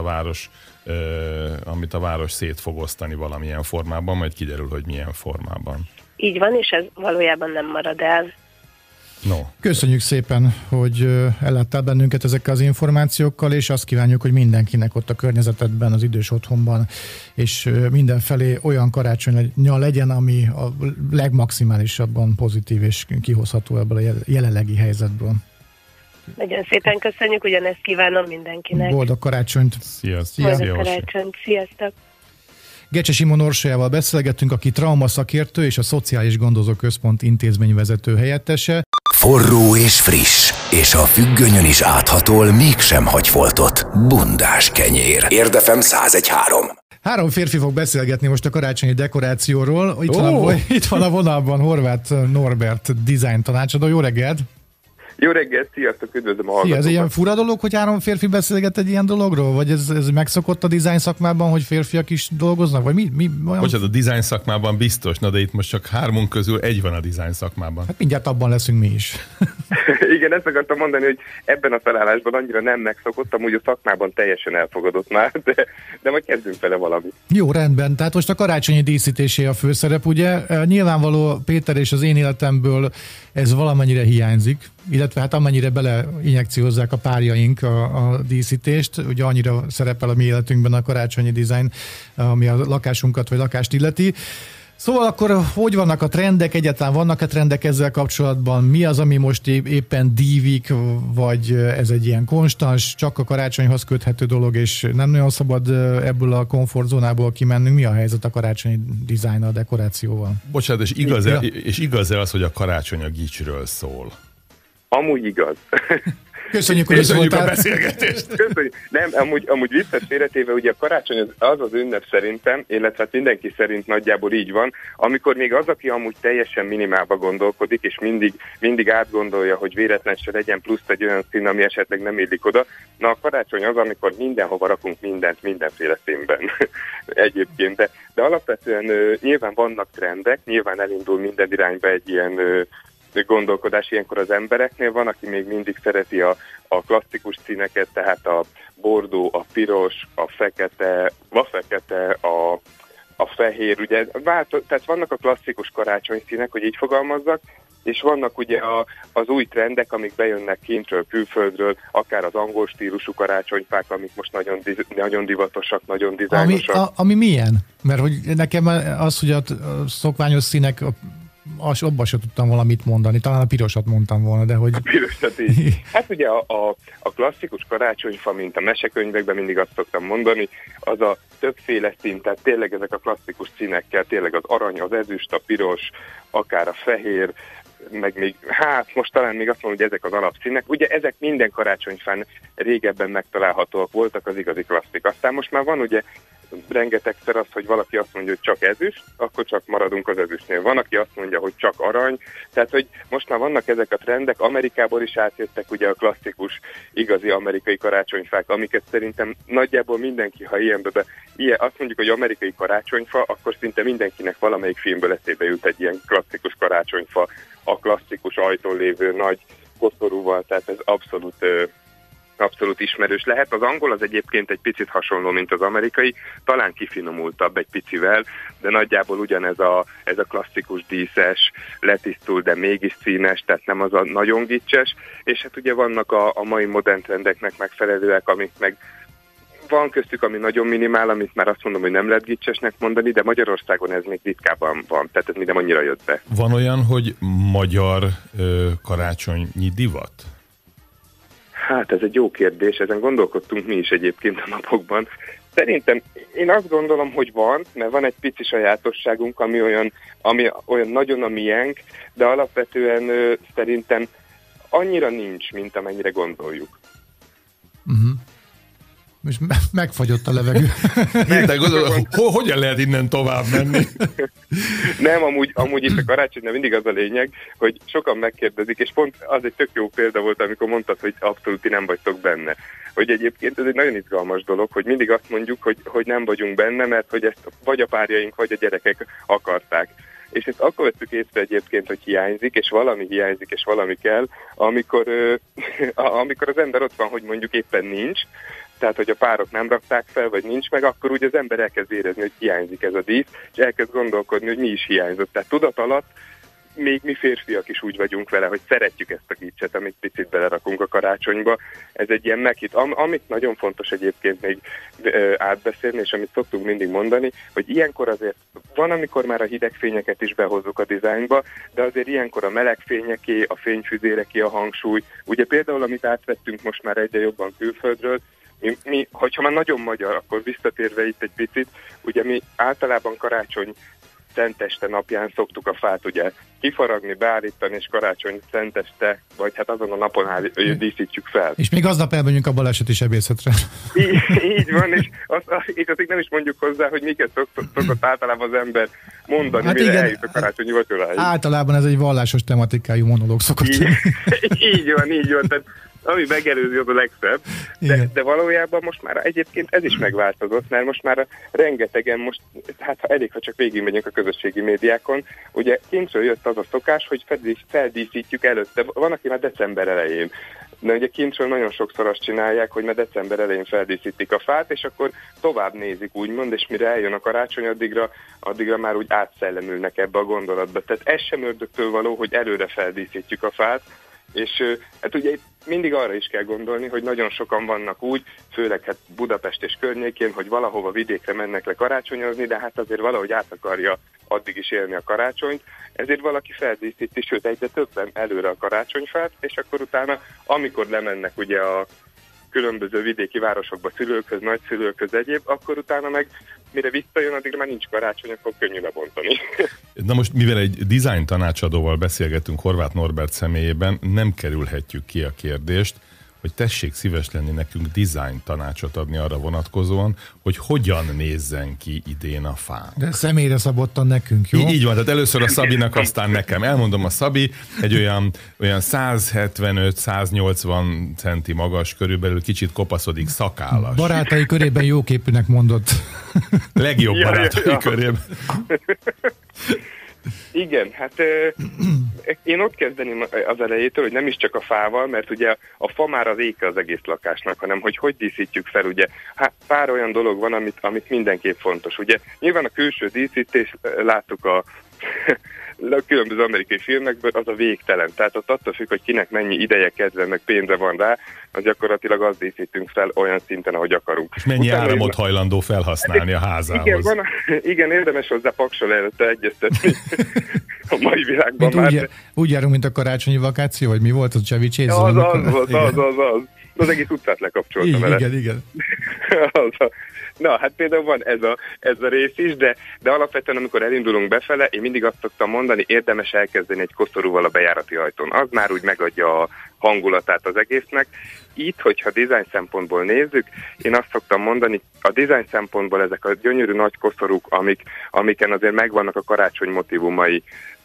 a város szét fog osztani valamilyen formában, majd kiderül, hogy milyen formában. Így van, és ez valójában nem marad el. No. Köszönjük szépen, hogy elláttál bennünket ezekkel az információkkal, és azt kívánjuk, hogy mindenkinek ott a környezetedben, az idős otthonban, és mindenfelé olyan karácsonya legyen, ami a legmaximálisabban pozitív és kihozható ebből a jelenlegi helyzetből. Nagyon szépen köszönjük, ugyanezt kívánom mindenkinek. Boldog karácsonyt! Sziasztok! Boldog karácsonyt! Sziasztok! Gecse Simon Orsolyával beszélgettünk, aki traumaszakértő és a Szociális Gondozó Központ intézményvezető helyettese. Forró és friss, és a függönyön is áthatol, mégsem hagy foltot. Bundás kenyér. Érdefem 101.3. 3 férfi fog beszélgetni most a karácsonyi dekorációról. Itt van a vonalban Horváth Norbert design tanácsadó. Jó reggelt! Jó reggelt, sziasztok, üdvözlöm a hallgatókat. Ez ilyen fura dolog, hogy 3 férfi beszélget egy ilyen dologról? Vagy ez megszokott a design szakmában, hogy férfiak is dolgoznak? Vagy mi? Bocsánat, a design szakmában biztos, de itt most csak 3 közül 1 van a design szakmában. Hát mindjárt abban leszünk mi is. Igen, ezt akartam mondani, hogy ebben a felállásban annyira nem megszokott, amúgy a szakmában teljesen elfogadott már, de majd kezdünk vele valamit. Jó, rendben. Tehát most a karácsonyi díszítésé a főszerep, ugye? Nyilvánvaló, Péter, és az én életemből ez valamennyire hiányzik, illetve hát amennyire beleinjekciózzák a párjaink a díszítést, ugye annyira szerepel a mi életünkben a karácsonyi dizájn, ami a lakásunkat vagy lakást illeti. Szóval akkor hogy vannak a trendek, egyáltalán vannak-e trendek ezzel kapcsolatban? Mi az, ami most éppen dívik, vagy ez egy ilyen konstans, csak a karácsonyhoz köthető dolog, és nem nagyon szabad ebből a komfortzónából kimennünk? Mi a helyzet a karácsonyi dizájnnal, a dekorációval? Bocsánat, és igaz-e az, hogy a karácsony a gicsről szól? Amúgy igaz. Köszönjük a beszélgetést. Köszönjük. Nem, amúgy vicces félretéve, ugye a karácsony az ünnep szerintem, illetve hát mindenki szerint nagyjából így van, amikor még az, aki amúgy teljesen minimálba gondolkodik, és mindig átgondolja, hogy véletlen se legyen plusz egy olyan szín, ami esetleg nem illik oda. Na, a karácsony az, amikor mindenhova rakunk mindent, mindenféle színben egyébként. De alapvetően nyilván vannak trendek, nyilván elindul minden irányba egy ilyen gondolkodás ilyenkor az embereknél. Van, aki még mindig szereti a klasszikus színeket, tehát a bordó, a piros, a fekete, a fehér, ugye, tehát vannak a klasszikus karácsonyszínek, hogy így fogalmazzak, és vannak ugye az új trendek, amik bejönnek kintről, külföldről, akár az angol stílusú karácsonyfák, amik most nagyon divatosak, nagyon dizájnosak. Ami milyen? Mert hogy nekem az, hogy a szokványos színek abban sem tudtam valamit mondani, talán a pirosat mondtam volna, de hogy... A pirosat így. Hát ugye a klasszikus karácsonyfa, mint a mesekönyvekben mindig azt szoktam mondani, az a többféle szín, tehát tényleg ezek a klasszikus színekkel, tényleg az arany, az ezüst, a piros, akár a fehér, meg még, hát most talán még azt mondom, hogy ezek az alapszínek. Ugye ezek minden karácsonyfán régebben megtalálhatóak voltak, az igazi klasszik. Aztán most már van ugye rengetegszer az, hogy valaki azt mondja, hogy csak ezüst, akkor csak maradunk az ezüstnél. Van, aki azt mondja, hogy csak arany, tehát hogy most már vannak ezek a trendek, Amerikából is átjöttek ugye a klasszikus, igazi amerikai karácsonyfák, amiket szerintem nagyjából mindenki, ha azt mondjuk, hogy amerikai karácsonyfa, akkor szinte mindenkinek valamelyik filmből eszébe jut egy ilyen klasszikus karácsonyfa, a klasszikus ajtón lévő nagy koszorúval, tehát ez abszolút ismerős lehet. Az angol az egyébként egy picit hasonló, mint az amerikai, talán kifinomultabb egy picivel, de nagyjából ugyanez ez a klasszikus díszes, letisztul, de mégis színes, tehát nem az a nagyon gicses, és hát ugye vannak a mai modern trendeknek megfelelőek, amik meg van köztük, ami nagyon minimál, amit már azt mondom, hogy nem lehet gicsesnek mondani, de Magyarországon ez még ritkábban van, tehát ez még nem annyira jött be. Van olyan, hogy magyar karácsonyi divat? Hát ez egy jó kérdés, ezen gondolkodtunk mi is egyébként a napokban. Szerintem én azt gondolom, hogy van, mert van egy pici sajátosságunk, ami olyan nagyon a miénk, de alapvetően szerintem annyira nincs, mint amennyire gondoljuk. Uh-huh. Most megfagyott a levegő. Hogyan lehet innen tovább menni? Nem, amúgy itt a karácsonynál mindig az a lényeg, hogy sokan megkérdezik, és pont az egy tök jó példa volt, amikor mondtad, hogy abszolút ti nem vagytok benne. Hogy egyébként ez egy nagyon izgalmas dolog, hogy mindig azt mondjuk, hogy nem vagyunk benne, mert hogy ezt vagy a párjaink, vagy a gyerekek akarták. És ezt akkor vettük észre egyébként, hogy hiányzik, és valami hiányzik, és valami kell, amikor az ember ott van, hogy mondjuk éppen nincs, tehát, hogy a párok nem rakták fel, vagy nincs meg, akkor úgy az ember elkezd érezni, hogy hiányzik ez a dísz, és elkezd gondolkodni, hogy mi is hiányzott. Tehát tudat alatt még mi férfiak is úgy vagyunk vele, hogy szeretjük ezt a gicset, amit picit belerakunk a karácsonyba. Ez egy ilyen meghit. Amit nagyon fontos egyébként még átbeszélni, és amit szoktunk mindig mondani, hogy ilyenkor azért van, amikor már a hideg fényeket is behozzuk a dizájnba, de azért ilyenkor a meleg fényeké, a fényfüzéreké a hangsúly. Ugye például, amit átvettünk most már egyre jobban külföldről, mi, hogyha már nagyon magyar, akkor visszatérve itt egy picit, ugye mi általában karácsony szenteste napján szoktuk a fát ugye kifaragni, beállítani, és karácsony szenteste, vagy hát azon a napon díszítjük fel. És még aznap elmegyünk a baleseti sebészetre. Így van, és azt nem is mondjuk hozzá, hogy miket szokott általában az ember mondani, hát mire eljut a karácsonyi vacsoráig. Általában ez egy vallásos tematikájú monológ szokott. Így van, tehát ami megelőzi, az a legszebb, de valójában most már egyébként ez is megváltozott, mert most már rengetegen, hát elég, ha csak végigmegyünk a közösségi médiákon, ugye kintről jött az a szokás, hogy feldíszítjük előtte, van, aki már december elején, de ugye kintről nagyon sokszor azt csinálják, hogy már december elején feldíszítik a fát, és akkor tovább nézik úgymond, és mire eljön a karácsony, addigra már úgy átszellemülnek ebbe a gondolatba. Tehát ez sem ördögtől való, hogy előre feldíszítjük a fát, és hát ugye mindig arra is kell gondolni, hogy nagyon sokan vannak úgy, főleg hát Budapest és környékén, hogy valahova vidékre mennek le karácsonyozni, de hát azért valahogy át akarja addig is élni a karácsonyt, ezért valaki feldíszíti, sőt egyre többen előre a karácsonyfát, és akkor utána, amikor lemennek ugye a különböző vidéki városokba szülőkhöz, nagyszülőkhöz, egyéb, akkor utána meg mire visszajön, addigra már nincs karácsony, akkor könnyű lebontani. Na most, mivel egy design tanácsadóval beszélgetünk Horváth Norbert személyében, nem kerülhetjük ki a kérdést, hogy tessék szíves lenni nekünk design tanácsot adni arra vonatkozóan, hogy hogyan nézzen ki idén a fán. De személyre szabottan nekünk, jó? Így van, tehát először a Szabinak, aztán nekem. Elmondom, a Szabi egy olyan 175-180 centi magas, körülbelül kicsit kopaszodik, szakállas. Barátai körében jóképűnek mondott. Legjobb barátai körében. Igen, hát én ott kezdeném az elejétől, hogy nem is csak a fával, mert ugye a fa már az éke az egész lakásnak, hanem hogy díszítjük fel, ugye. Hát pár olyan dolog van, amit mindenképp fontos. Ugye nyilván a külső díszítés, láttuk a különböző amerikai filmekből, az a végtelen. Tehát ott attól függ, hogy kinek mennyi ideje, kedve, meg pénze van rá, az gyakorlatilag azt díszítünk fel olyan szinten, ahogy akarunk. És mennyi áramot hajlandó felhasználni a házához. Igen, érdemes hozzá paksol előtte egyeztetni a mai világban. Úgy járunk, mint a karácsonyi vakáció, vagy mi volt az Csevicséz? Az egész utcát lekapcsoltam vele. Igen. Na, hát például van ez a rész is, de alapvetően, amikor elindulunk befele, én mindig azt szoktam mondani, érdemes elkezdeni egy koszorúval a bejárati ajtón. Az már úgy megadja a hangulatát az egésznek. Itt, hogyha design szempontból nézzük, én azt szoktam mondani, a design szempontból ezek a gyönyörű nagy koszorúk, amiken azért megvannak a karácsony motivumai,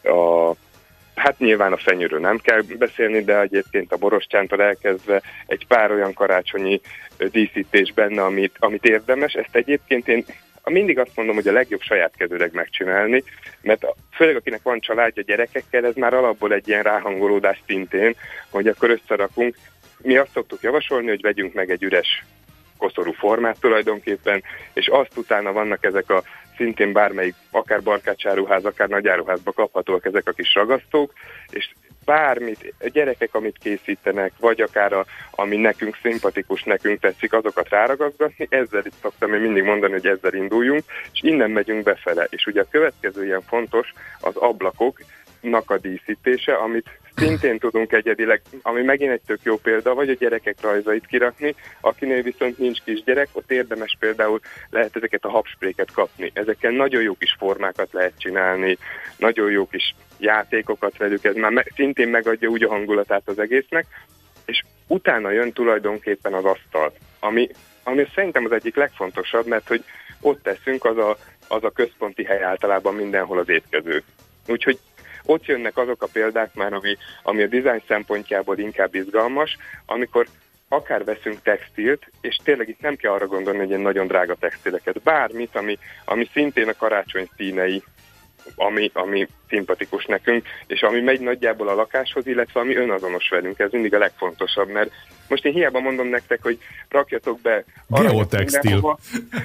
hát nyilván a fenyőről nem kell beszélni, de egyébként a borostyántól elkezdve egy pár olyan karácsonyi díszítés benne, amit érdemes. Ezt egyébként én mindig azt mondom, hogy a legjobb saját kezűleg megcsinálni, mert főleg akinek van családja gyerekekkel, ez már alapból egy ilyen ráhangolódás szintén, hogy akkor összerakunk. Mi azt szoktuk javasolni, hogy vegyünk meg egy üres koszorú formát tulajdonképpen, és azt utána vannak ezek a szintén bármelyik, akár barkácsáruház, akár nagyáruházba kaphatóak ezek a kis ragasztók, és bármit, a gyerekek, amit készítenek, vagy akár ami nekünk szimpatikus, nekünk tetszik, azokat ráragazgatni, ezzel itt szoktam én mindig mondani, hogy ezzel induljunk, és innen megyünk befele. És ugye a következő ilyen fontos az ablakoknak a díszítése, amit szintén tudunk egyedileg, ami megint egy tök jó példa, vagy a gyerekek rajzait kirakni, akinél viszont nincs kisgyerek, ott érdemes például lehet ezeket a habspréket kapni. Ezeken nagyon jó kis formákat lehet csinálni, nagyon jó kis játékokat velük, ez már szintén megadja úgy a hangulatát az egésznek, és utána jön tulajdonképpen az asztal, ami szerintem az egyik legfontosabb, mert hogy ott teszünk, az a központi hely általában mindenhol az étkező. Úgyhogy ott jönnek azok a példák már, ami a dizájn szempontjából inkább izgalmas, amikor akár veszünk textilt, és tényleg itt nem kell arra gondolni, hogy ilyen nagyon drága textileket. Bármit, ami szintén a karácsony színei, ami szimpatikus nekünk, és ami megy nagyjából a lakáshoz, illetve ami önazonos velünk. Ez mindig a legfontosabb, mert most én hiába mondom nektek, hogy rakjatok be geotextil.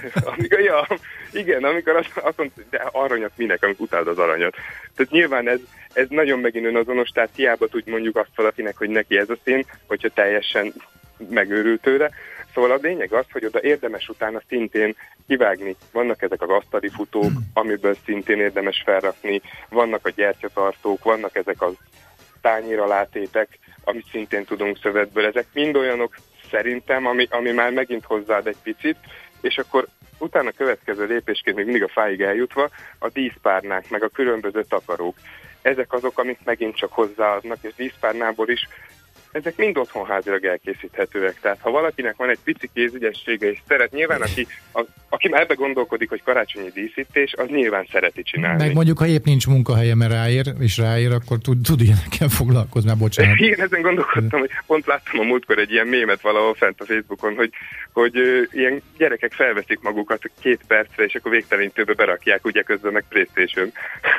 Amikor azt mondod, de aranyat minek, amikor utáld az aranyat. Tehát nyilván ez nagyon megint önazonos, tehát hiába tud mondjuk azt valakinek, hogy neki ez a szín, hogyha teljesen megőrült tőle. Szóval a lényeg az, hogy oda érdemes utána szintén kivágni. Vannak ezek az asztali futók, amiből szintén érdemes felrakni, vannak a gyertyatartók, vannak ezek a tányéralátétek, amit szintén tudunk szövetből. Ezek mind olyanok szerintem, ami már megint hozzáad egy picit, és akkor utána következő lépésként még mindig a fáig eljutva a díszpárnák, meg a különböző takarók. Ezek azok, amik megint csak hozzáadnak, és díszpárnából is ezek mind otthonházilag elkészíthetőek. Tehát ha valakinek van egy pici kézügyessége, és szeret, nyilván aki már ebbe gondolkodik, hogy karácsonyi díszítés, az nyilván szereti csinálni. Meg mondjuk, ha épp nincs munkahelye, mert ráér, akkor tud ilyenekkel foglalkozni, már bocsánat. Igen, ezen gondolkodtam, hogy pont láttam a múltkor egy ilyen mémet valahol fent a Facebookon, hogy ilyen gyerekek felveszik magukat 2 percre, és akkor végtelenítőbe berakják, ugye közben meg PlayStation.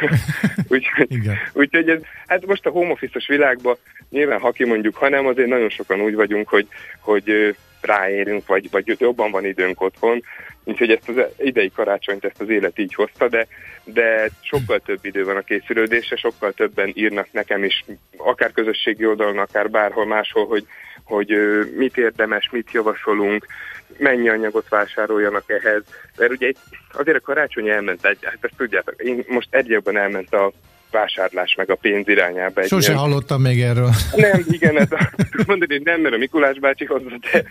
Úgyhogy ez, hát most a home office-os világban nyilván, ha kimondjuk, hanem azért nagyon sokan úgy vagyunk, hogy ráérünk, vagy jobban van időnk otthon, úgyhogy ezt az idei karácsonyt, ezt az élet így hozta, de sokkal több idő van a készülődésre, sokkal többen írnak nekem is, akár közösségi oldalon, akár bárhol máshol, hogy mit érdemes, mit javasolunk, mennyi anyagot vásároljanak ehhez, mert ugye azért a karácsony elment, hát ezt tudjátok, most egyre jobban elment a vásárlás meg a pénz irányába. Sose hallottam még erről. Nem, igen, mondani, hogy nem, mert a Mikulás bácsi hozzá, de...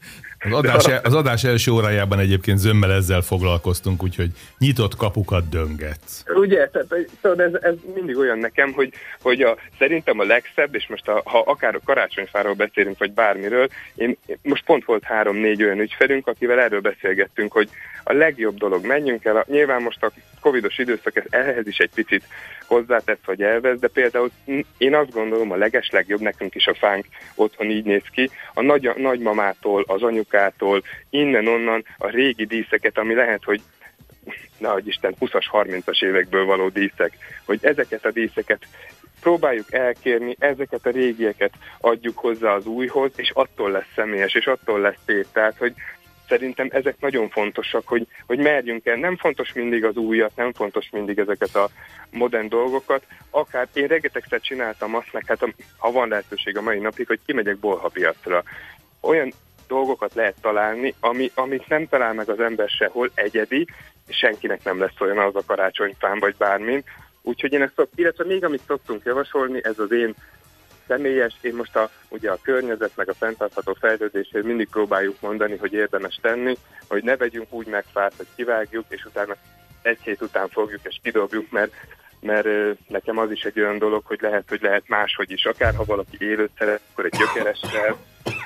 Az adás első órájában egyébként zömmel ezzel foglalkoztunk, úgyhogy nyitott kapukat döngetsz. Ugye, tehát ez mindig olyan nekem, hogy szerintem a legszebb, és most ha akár a karácsonyfáról beszélünk, vagy bármiről, most pont volt 3-4 olyan ügyfelünk, akivel erről beszélgettünk, hogy a legjobb dolog, menjünk el, nyilván most a covidos időszak ehhez is egy picit hozzátesz, vagy elvesz, de például én azt gondolom, a legeslegjobb, nekünk is a fánk otthon így néz ki, a nagymamától, az anyukától, innen-onnan a régi díszeket, ami lehet, hogy nehogy Isten 20-as, 30-as évekből való díszek, hogy ezeket a díszeket próbáljuk elkérni, ezeket a régieket adjuk hozzá az újhoz, és attól lesz személyes, és attól lesz szép. Tehát, hogy szerintem ezek nagyon fontosak, hogy merjünk el. Nem fontos mindig az újat, nem fontos mindig ezeket a modern dolgokat. Akár én rengetegszer csináltam azt, meg hát ha van lehetőség a mai napig, hogy kimegyek bolhapiacra. Olyan dolgokat lehet találni, amit nem talál meg az ember sehol, egyedi, és senkinek nem lesz olyan az a karácsonyfán vagy bármin. Úgyhogy én ezt illetve még amit szoktunk javasolni, ez az én személyes, én most ugye a környezet meg a fenntartható fejlődésért mindig próbáljuk mondani, hogy érdemes tenni, hogy ne vegyünk úgy meg fát, hogy kivágjuk, és utána egy hét után fogjuk és kidobjuk, mert nekem az is egy olyan dolog, hogy lehet máshogy is. Akár ha valaki élőt szeret, akkor egy gyökeressel,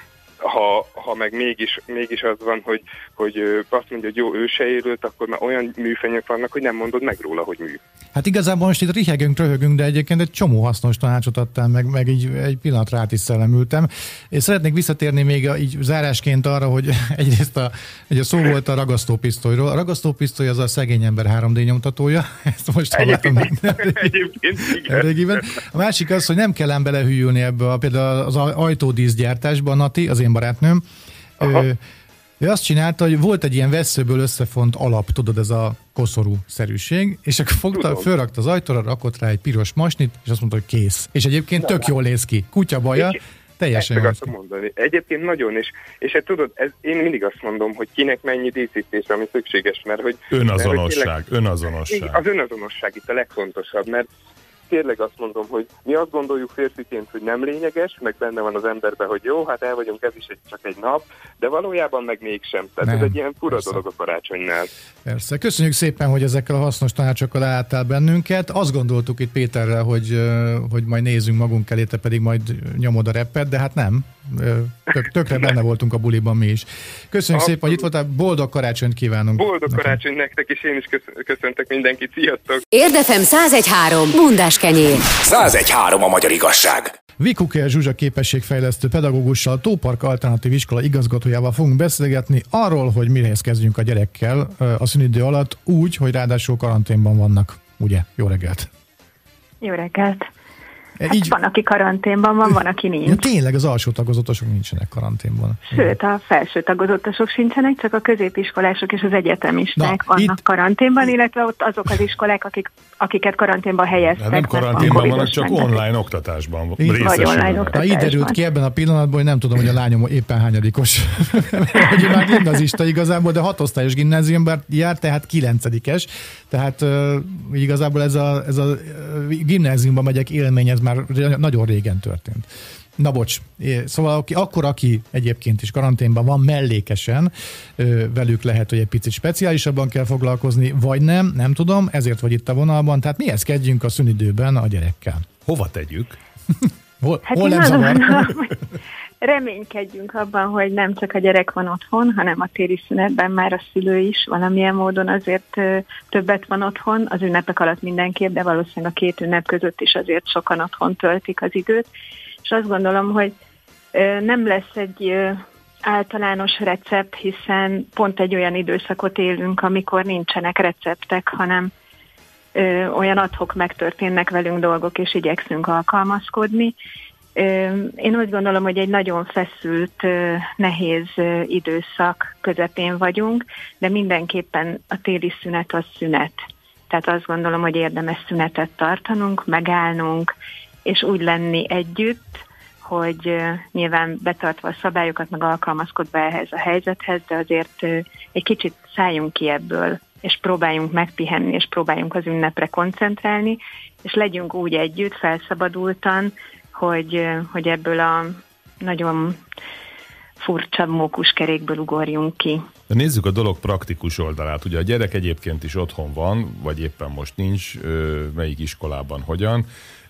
ha meg mégis az van, hogy azt mondja, hogy jó, ő se élőt, akkor már olyan műfenyők vannak, hogy nem mondod meg róla, hogy mű. Hát igazából most itt rihegünk, röhögünk, de egyébként egy csomó hasznos tanácsot adtál, meg így egy pillanatra át is szellemültem. Én szeretnék visszatérni még így zárásként arra, hogy egyrészt ugye szó volt a ragasztópisztolyról. A ragasztópisztoly az a szegény ember 3D nyomtatója. Ezt most hallottam. Egyébként régiben. A másik az, hogy nem kell ám belehűlni ebbe például az ajtódíszgyártásba, Nati, az én barátnőm. Ő azt csinálta, hogy volt egy ilyen vesszőből összefont alap, tudod, ez a koszorú-szerűség, és akkor fölrakta az ajtóra, rakott rá egy piros masnit, és azt mondta, hogy kész. És egyébként tök jól néz ki. Kutya baja, teljesen jól mondani. Egyébként nagyon, és hát tudod, én mindig azt mondom, hogy kinek mennyi díszítés, ami szükséges, mert hogy... Önazonosság. Az önazonosság itt a legfontosabb, mert tényleg azt mondom, hogy mi azt gondoljuk férfiként, hogy nem lényeges, meg benne van az emberben, hogy jó, hát el vagyunk, ez is csak egy nap, de valójában meg mégsem. Tehát ez egy ilyen fura dolog a karácsonynál. Persze. Köszönjük szépen, hogy ezekkel a hasznos tanácsokkal álltál bennünket. Azt gondoltuk itt Péterrel, hogy majd nézzünk magunk elé, te pedig majd nyomod a reppet, de hát nem. Tökre benne voltunk a buliban mi is. Köszönjük szépen, hogy itt voltál. Boldog karácsonyt kívánunk. Boldog karácsony nektek, és én is köszöntök mindenkit. Sziasztok! Érdefem 101.3. Bundás kenyér. 101.3 a magyar igazság. Vikuke Zsuzsa képességfejlesztő pedagógussal, a Tópark Alternatív Iskola igazgatójával fogunk beszélgetni arról, hogy mihez kezdjünk a gyerekkel a szünidő alatt úgy, hogy ráadásul karanténban vannak. Ugye? Jó reggelt! Jó reggelt! Hát van, aki karanténban van, aki nincs. Ja, tényleg az alsó tagozatosok nincsenek karanténban. Sőt, a felső tagozatosok sincsenek, csak a középiskolások és az egyetemisták vannak karanténban, illetve ott azok az iskolák, akiket karanténban helyeztek. Nem karanténban vannak, csak online oktatásban részesülnek. Így derült ki ebben a pillanatban, hogy nem tudom, hogy a lányom éppen hányadikos. Hogy már gimnazista igazából, de 6 osztályos gimnáziumban jár, tehát 9-es. Tehát igazából ez a gimnáziumban megyek élmény, ez már nagyon régen történt. Na bocs, szóval aki egyébként is karanténban van, mellékesen velük lehet, hogy egy picit speciálisabban kell foglalkozni, vagy nem tudom, ezért vagy itt a vonalban. Tehát mihez kezdjünk a szünidőben a gyerekkel? Hova tegyük? Hol nem zavar? Reménykedjünk abban, hogy nem csak a gyerek van otthon, hanem a téli szünetben már a szülő is valamilyen módon azért többet van otthon, az ünnepek alatt mindenképp, de valószínűleg a 2 ünnep között is azért sokan otthon töltik az időt, és azt gondolom, hogy nem lesz egy általános recept, hiszen pont egy olyan időszakot élünk, amikor nincsenek receptek, hanem olyan ad-hoc megtörténnek velünk dolgok, és igyekszünk alkalmazkodni. Én úgy gondolom, hogy egy nagyon feszült, nehéz időszak közepén vagyunk, de mindenképpen a téli szünet az szünet. Tehát azt gondolom, hogy érdemes szünetet tartanunk, megállnunk, és úgy lenni együtt, hogy nyilván betartva a szabályokat, meg alkalmazkodva ehhez a helyzethez, de azért egy kicsit szálljunk ki ebből, és próbáljunk megpihenni, és próbáljunk az ünnepre koncentrálni, és legyünk úgy együtt, felszabadultan, hogy ebből a nagyon furcsa mókuskerékből ugorjunk ki. De nézzük a dolog praktikus oldalát. Ugye a gyerek egyébként is otthon van, vagy éppen most nincs, melyik iskolában hogyan,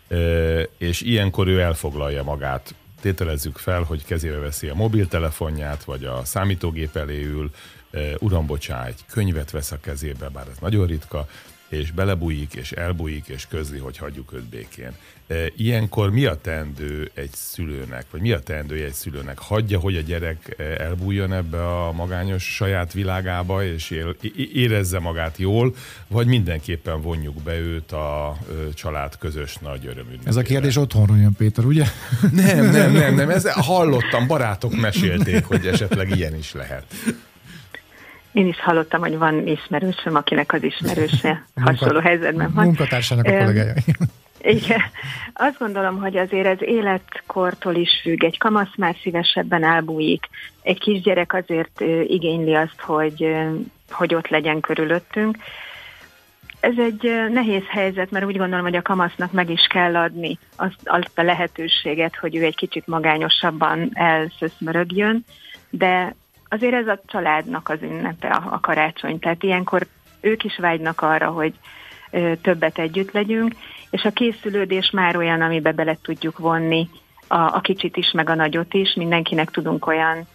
és ilyenkor ő elfoglalja magát. Tételezzük fel, hogy kezébe veszi a mobiltelefonját, vagy a számítógép elé ül, uram, bocsánat, egy könyvet vesz a kezébe, bár ez nagyon ritka, és belebújik, és elbújik, és közli, hogy hagyjuk őt békén. Ilyenkor mi a teendő egy szülőnek, vagy mi a teendője egy szülőnek? Hagyja, hogy a gyerek elbújjon ebbe a magányos saját világába, és érezze magát jól, vagy mindenképpen vonjuk be őt a család közös nagy örömünnepére? Ez a kérdés otthonról jön, Péter, ugye? Nem. Hallottam, barátok mesélték, hogy esetleg ilyen is lehet. Én is hallottam, hogy van ismerősöm, akinek az ismerőse hasonló helyzetben van. Munkatársának a kollégája. Igen. Azt gondolom, hogy azért ez életkortól is függ. Egy kamasz már szívesebben elbújik. Egy kisgyerek azért igényli azt, hogy ott legyen körülöttünk. Ez egy nehéz helyzet, mert úgy gondolom, hogy a kamasznak meg is kell adni azt a lehetőséget, hogy ő egy kicsit magányosabban elszöszmörögjön, de azért ez a családnak az ünnepe, a karácsony. Tehát ilyenkor ők is vágynak arra, hogy többet együtt legyünk, és a készülődés már olyan, amiben bele tudjuk vonni a kicsit is, meg a nagyot is. Mindenkinek tudunk olyan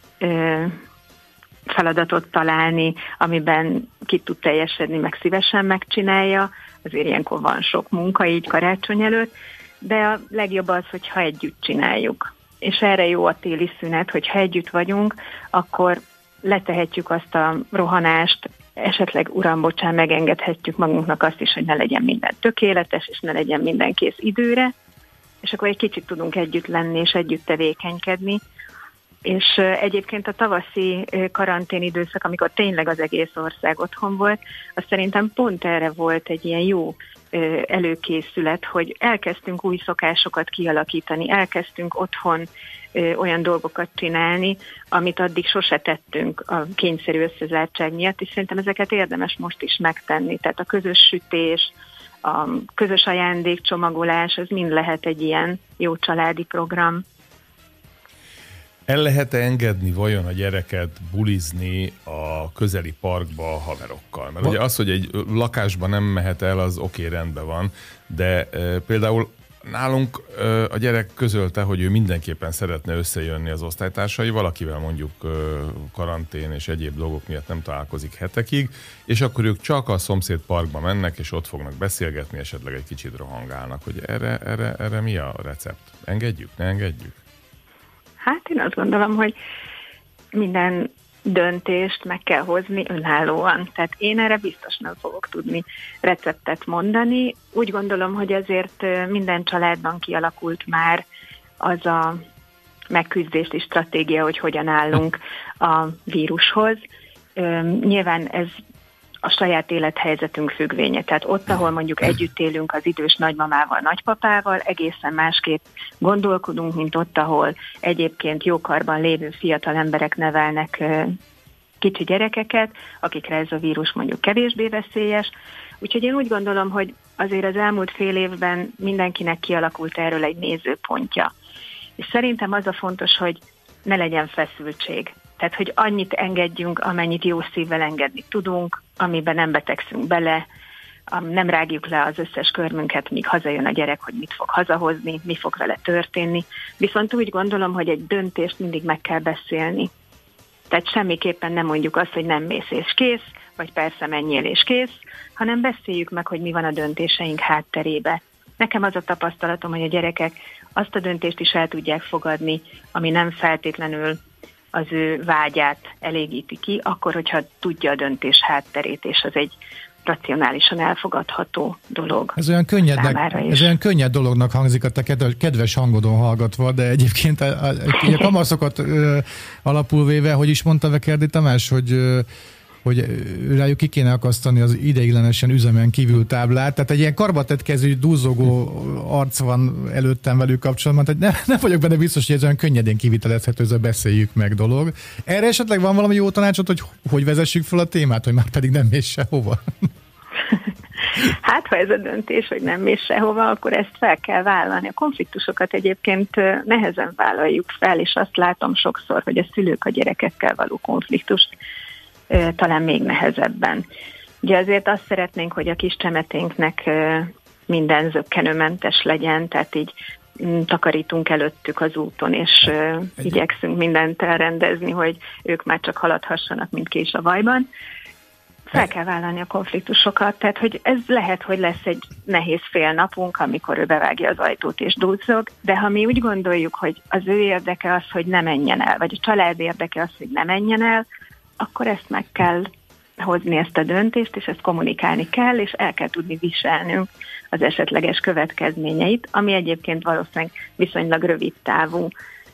feladatot találni, amiben ki tud teljesedni, meg szívesen megcsinálja. Azért ilyenkor van sok munka így karácsony előtt, de a legjobb az, hogyha együtt csináljuk. És erre jó a téli szünet, hogyha együtt vagyunk, akkor letehetjük azt a rohanást, esetleg uram, bocsán, megengedhetjük magunknak azt is, hogy ne legyen minden tökéletes, és ne legyen minden kész időre, és akkor egy kicsit tudunk együtt lenni, és együtt tevékenykedni. És egyébként a tavaszi karantén időszak, amikor tényleg az egész ország otthon volt, az szerintem pont erre volt egy ilyen jó előkészület, hogy elkezdtünk új szokásokat kialakítani, elkezdtünk otthon olyan dolgokat csinálni, amit addig sose tettünk a kényszerű összezártság miatt, és szerintem ezeket érdemes most is megtenni. Tehát a közös sütés, a közös ajándékcsomagolás, az mind lehet egy ilyen jó családi program. El lehet engedni vajon a gyereket bulizni a közeli parkba a haverokkal? Mert ugye az, hogy egy lakásban nem mehet el, az oké, rendben van, de például nálunk a gyerek közölte, hogy ő mindenképpen szeretne összejönni az osztálytársaival, akivel mondjuk karantén és egyéb dolgok miatt nem találkozik hetekig, és akkor ők csak a szomszéd parkba mennek, és ott fognak beszélgetni, esetleg egy kicsit rohangálnak. Hogy erre mi a recept? Engedjük? Ne engedjük? Hát én azt gondolom, hogy minden döntést meg kell hozni önállóan. Tehát én erre biztos nem fogok tudni receptet mondani. Úgy gondolom, hogy azért minden családban kialakult már az a megküzdési stratégia, hogy hogyan állunk a vírushoz. Nyilván ez a saját élethelyzetünk függvénye. Tehát ott, ahol mondjuk együtt élünk az idős nagymamával, nagypapával, egészen másképp gondolkodunk, mint ott, ahol egyébként jókarban lévő fiatal emberek nevelnek kicsi gyerekeket, akikre ez a vírus mondjuk kevésbé veszélyes. Úgyhogy én úgy gondolom, hogy azért az elmúlt fél évben mindenkinek kialakult erről egy nézőpontja. És szerintem az a fontos, hogy ne legyen feszültség. Tehát, hogy annyit engedjünk, amennyit jó szívvel engedni tudunk, amiben nem betegszünk bele, nem rágjuk le az összes körmünket, míg hazajön a gyerek, hogy mit fog hazahozni, mi fog vele történni. Viszont úgy gondolom, hogy egy döntést mindig meg kell beszélni. Tehát semmiképpen nem mondjuk azt, hogy nem mész és kész, vagy persze menjél és kész, hanem beszéljük meg, hogy mi van a döntéseink hátterébe. Nekem az a tapasztalatom, hogy a gyerekek azt a döntést is el tudják fogadni, ami nem feltétlenül az ő vágyát elégíti ki, akkor, hogyha tudja a döntés hátterét, és az egy racionálisan elfogadható dolog. Ez olyan könnyed dolognak hangzik a te kedves hangodon hallgatva, de egyébként a kamaszokat alapul véve, hogy is mondta Vekerdi Tamás, hogy rájuk ki kéne akasztani az ideiglenesen üzemen kívül táblát, tehát egy ilyen karbatett kezű, dúzogó arc van előttem velük kapcsolatban, tehát nem vagyok benne biztos, hogy ez olyan könnyedén kivitelezhető, ez a beszéljük meg dolog. Erre esetleg van valami jó tanácsot, hogy vezessük fel a témát, hogy már pedig nem mész sehova? Hát, ha ez a döntés, hogy nem mész sehova, akkor ezt fel kell vállalni. A konfliktusokat egyébként nehezen vállaljuk fel, és azt látom sokszor, hogy a szülők a gyerekekkel való konfliktust talán még nehezebben. Ugye azért azt szeretnénk, hogy a kis csemeténknek minden zökkenőmentes legyen, tehát így takarítunk előttük az úton, és igyekszünk mindent elrendezni, hogy ők már csak haladhassanak, mint kés a vajban. Fel kell vállalni a konfliktusokat, tehát hogy ez lehet, hogy lesz egy nehéz fél napunk, amikor ő bevágja az ajtót és dúzzog, de ha mi úgy gondoljuk, hogy az ő érdeke az, hogy ne menjen el, vagy a család érdeke az, hogy ne menjen el, akkor ezt meg kell hozni, ezt a döntést, és ezt kommunikálni kell, és el kell tudni viselnünk az esetleges következményeit, ami egyébként valószínűleg viszonylag rövid távú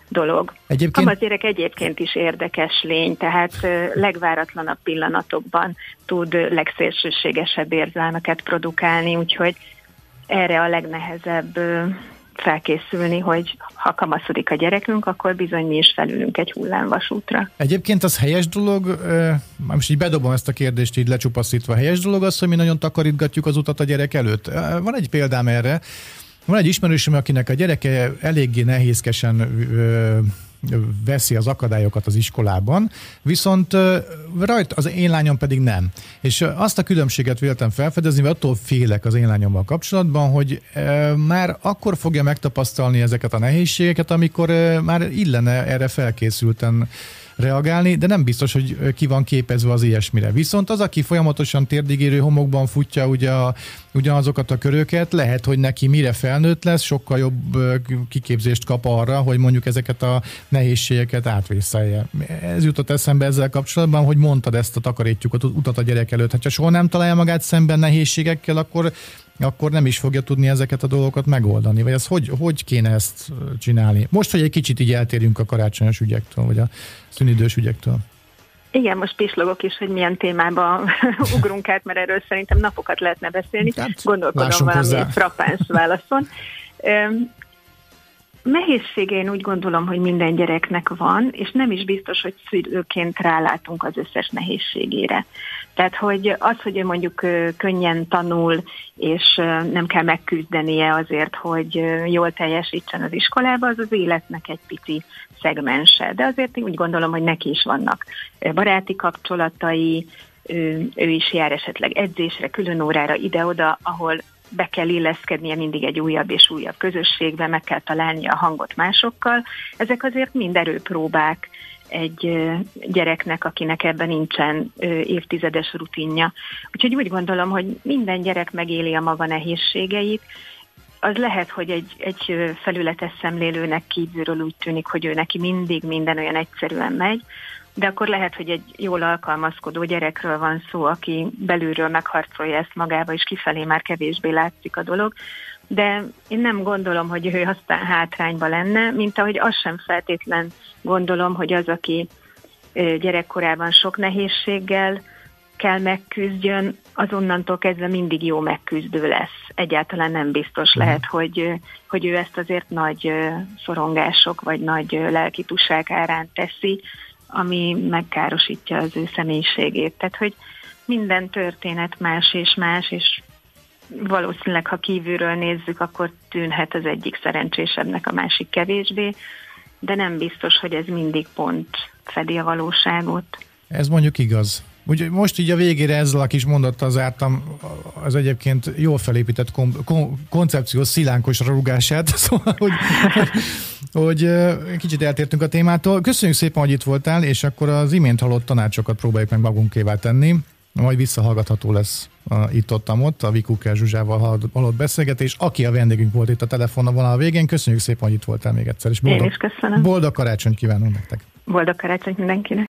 dolog. A kamaszgyerek egyébként is érdekes lény, tehát legváratlanabb pillanatokban tud legszélsőségesebb érzelmeket produkálni, úgyhogy erre a legnehezebb felkészülni, hogy ha kamaszodik a gyerekünk, akkor bizony mi is felülünk egy hullámvasútra. Egyébként az helyes dolog, most így bedobom ezt a kérdést így lecsupaszítva, helyes dolog az, hogy mi nagyon takarítgatjuk az utat a gyerek előtt. Van egy példám erre, van egy ismerősöm, akinek a gyereke eléggé nehézkesen veszi az akadályokat az iskolában, viszont rajta az én lányom pedig nem. És azt a különbséget véltem felfedezni, mert attól félek az én lányommal kapcsolatban, hogy már akkor fogja megtapasztalni ezeket a nehézségeket, amikor már illene erre felkészülten reagálni, de nem biztos, hogy ki van képezve az ilyesmire. Viszont az, aki folyamatosan térdigérő homokban futja ugyanazokat a köröket, lehet, hogy neki mire felnőtt lesz, sokkal jobb kiképzést kap arra, hogy mondjuk ezeket a nehézségeket átvészelje. Ez jutott eszembe ezzel kapcsolatban, hogy mondtad ezt a takarítjuk utat a gyerek előtt. Ha soha nem találja magát szemben nehézségekkel, akkor nem is fogja tudni ezeket a dolgokat megoldani. Vagy ez hogy kéne ezt csinálni? Most, hogy egy kicsit így eltérjünk a karácsonyos ügyektől, vagy a szünidős ügyektől. Igen, most pislogok is, hogy milyen témába ugrunk át, mert erről szerintem napokat lehetne beszélni. Gondolkodom valami frappáns válaszon. Nehézsége, úgy gondolom, hogy minden gyereknek van, és nem is biztos, hogy szülőként rálátunk az összes nehézségére. Tehát, hogy az, hogy ő mondjuk könnyen tanul, és nem kell megküzdenie azért, hogy jól teljesítsen az iskolába, az az életnek egy pici szegmense. De azért úgy gondolom, hogy neki is vannak baráti kapcsolatai, ő is jár esetleg edzésre, külön órára, ide-oda, ahol be kell illeszkednie mindig egy újabb és újabb közösségbe, meg kell találnia a hangot másokkal. Ezek azért mind erőpróbák egy gyereknek, akinek ebben nincsen évtizedes rutinja. Úgyhogy úgy gondolom, hogy minden gyerek megéli a maga nehézségeit. Az lehet, hogy egy felületes szemlélőnek kívülről úgy tűnik, hogy ő neki mindig minden olyan egyszerűen megy, de akkor lehet, hogy egy jól alkalmazkodó gyerekről van szó, aki belülről megharcolja ezt magába, és kifelé már kevésbé látszik a dolog. De én nem gondolom, hogy ő aztán hátrányba lenne, mint ahogy azt sem feltétlen gondolom, hogy az, aki gyerekkorában sok nehézséggel kell megküzdjön, azonnantól kezdve mindig jó megküzdő lesz. Egyáltalán nem biztos. Lehet, hogy ő ezt azért nagy szorongások, vagy nagy lelkituság árán teszi, ami megkárosítja az ő személyiségét. Tehát, hogy minden történet más, és valószínűleg, ha kívülről nézzük, akkor tűnhet az egyik szerencsésebbnek, a másik kevésbé, de nem biztos, hogy ez mindig pont fedi a valóságot. Ez mondjuk igaz. Úgy, most így a végére ezzel a kis mondattal zártam az egyébként jól felépített koncepció szilánkos rugását, szóval, hogy kicsit eltértünk a témától. Köszönjük szépen, hogy itt voltál, és akkor az imént hallott tanácsokat próbáljuk meg magunkévá tenni. Majd visszahallgatható lesz itt-ott-ott a Vikukkel Zsuzsával hallott beszélgetés. Aki a vendégünk volt itt a telefonvonal végén, köszönjük szépen, hogy itt voltál még egyszer. És én is köszönöm. Boldog karácsonyt kívánunk nektek. Boldog karácsonyt mindenkinek.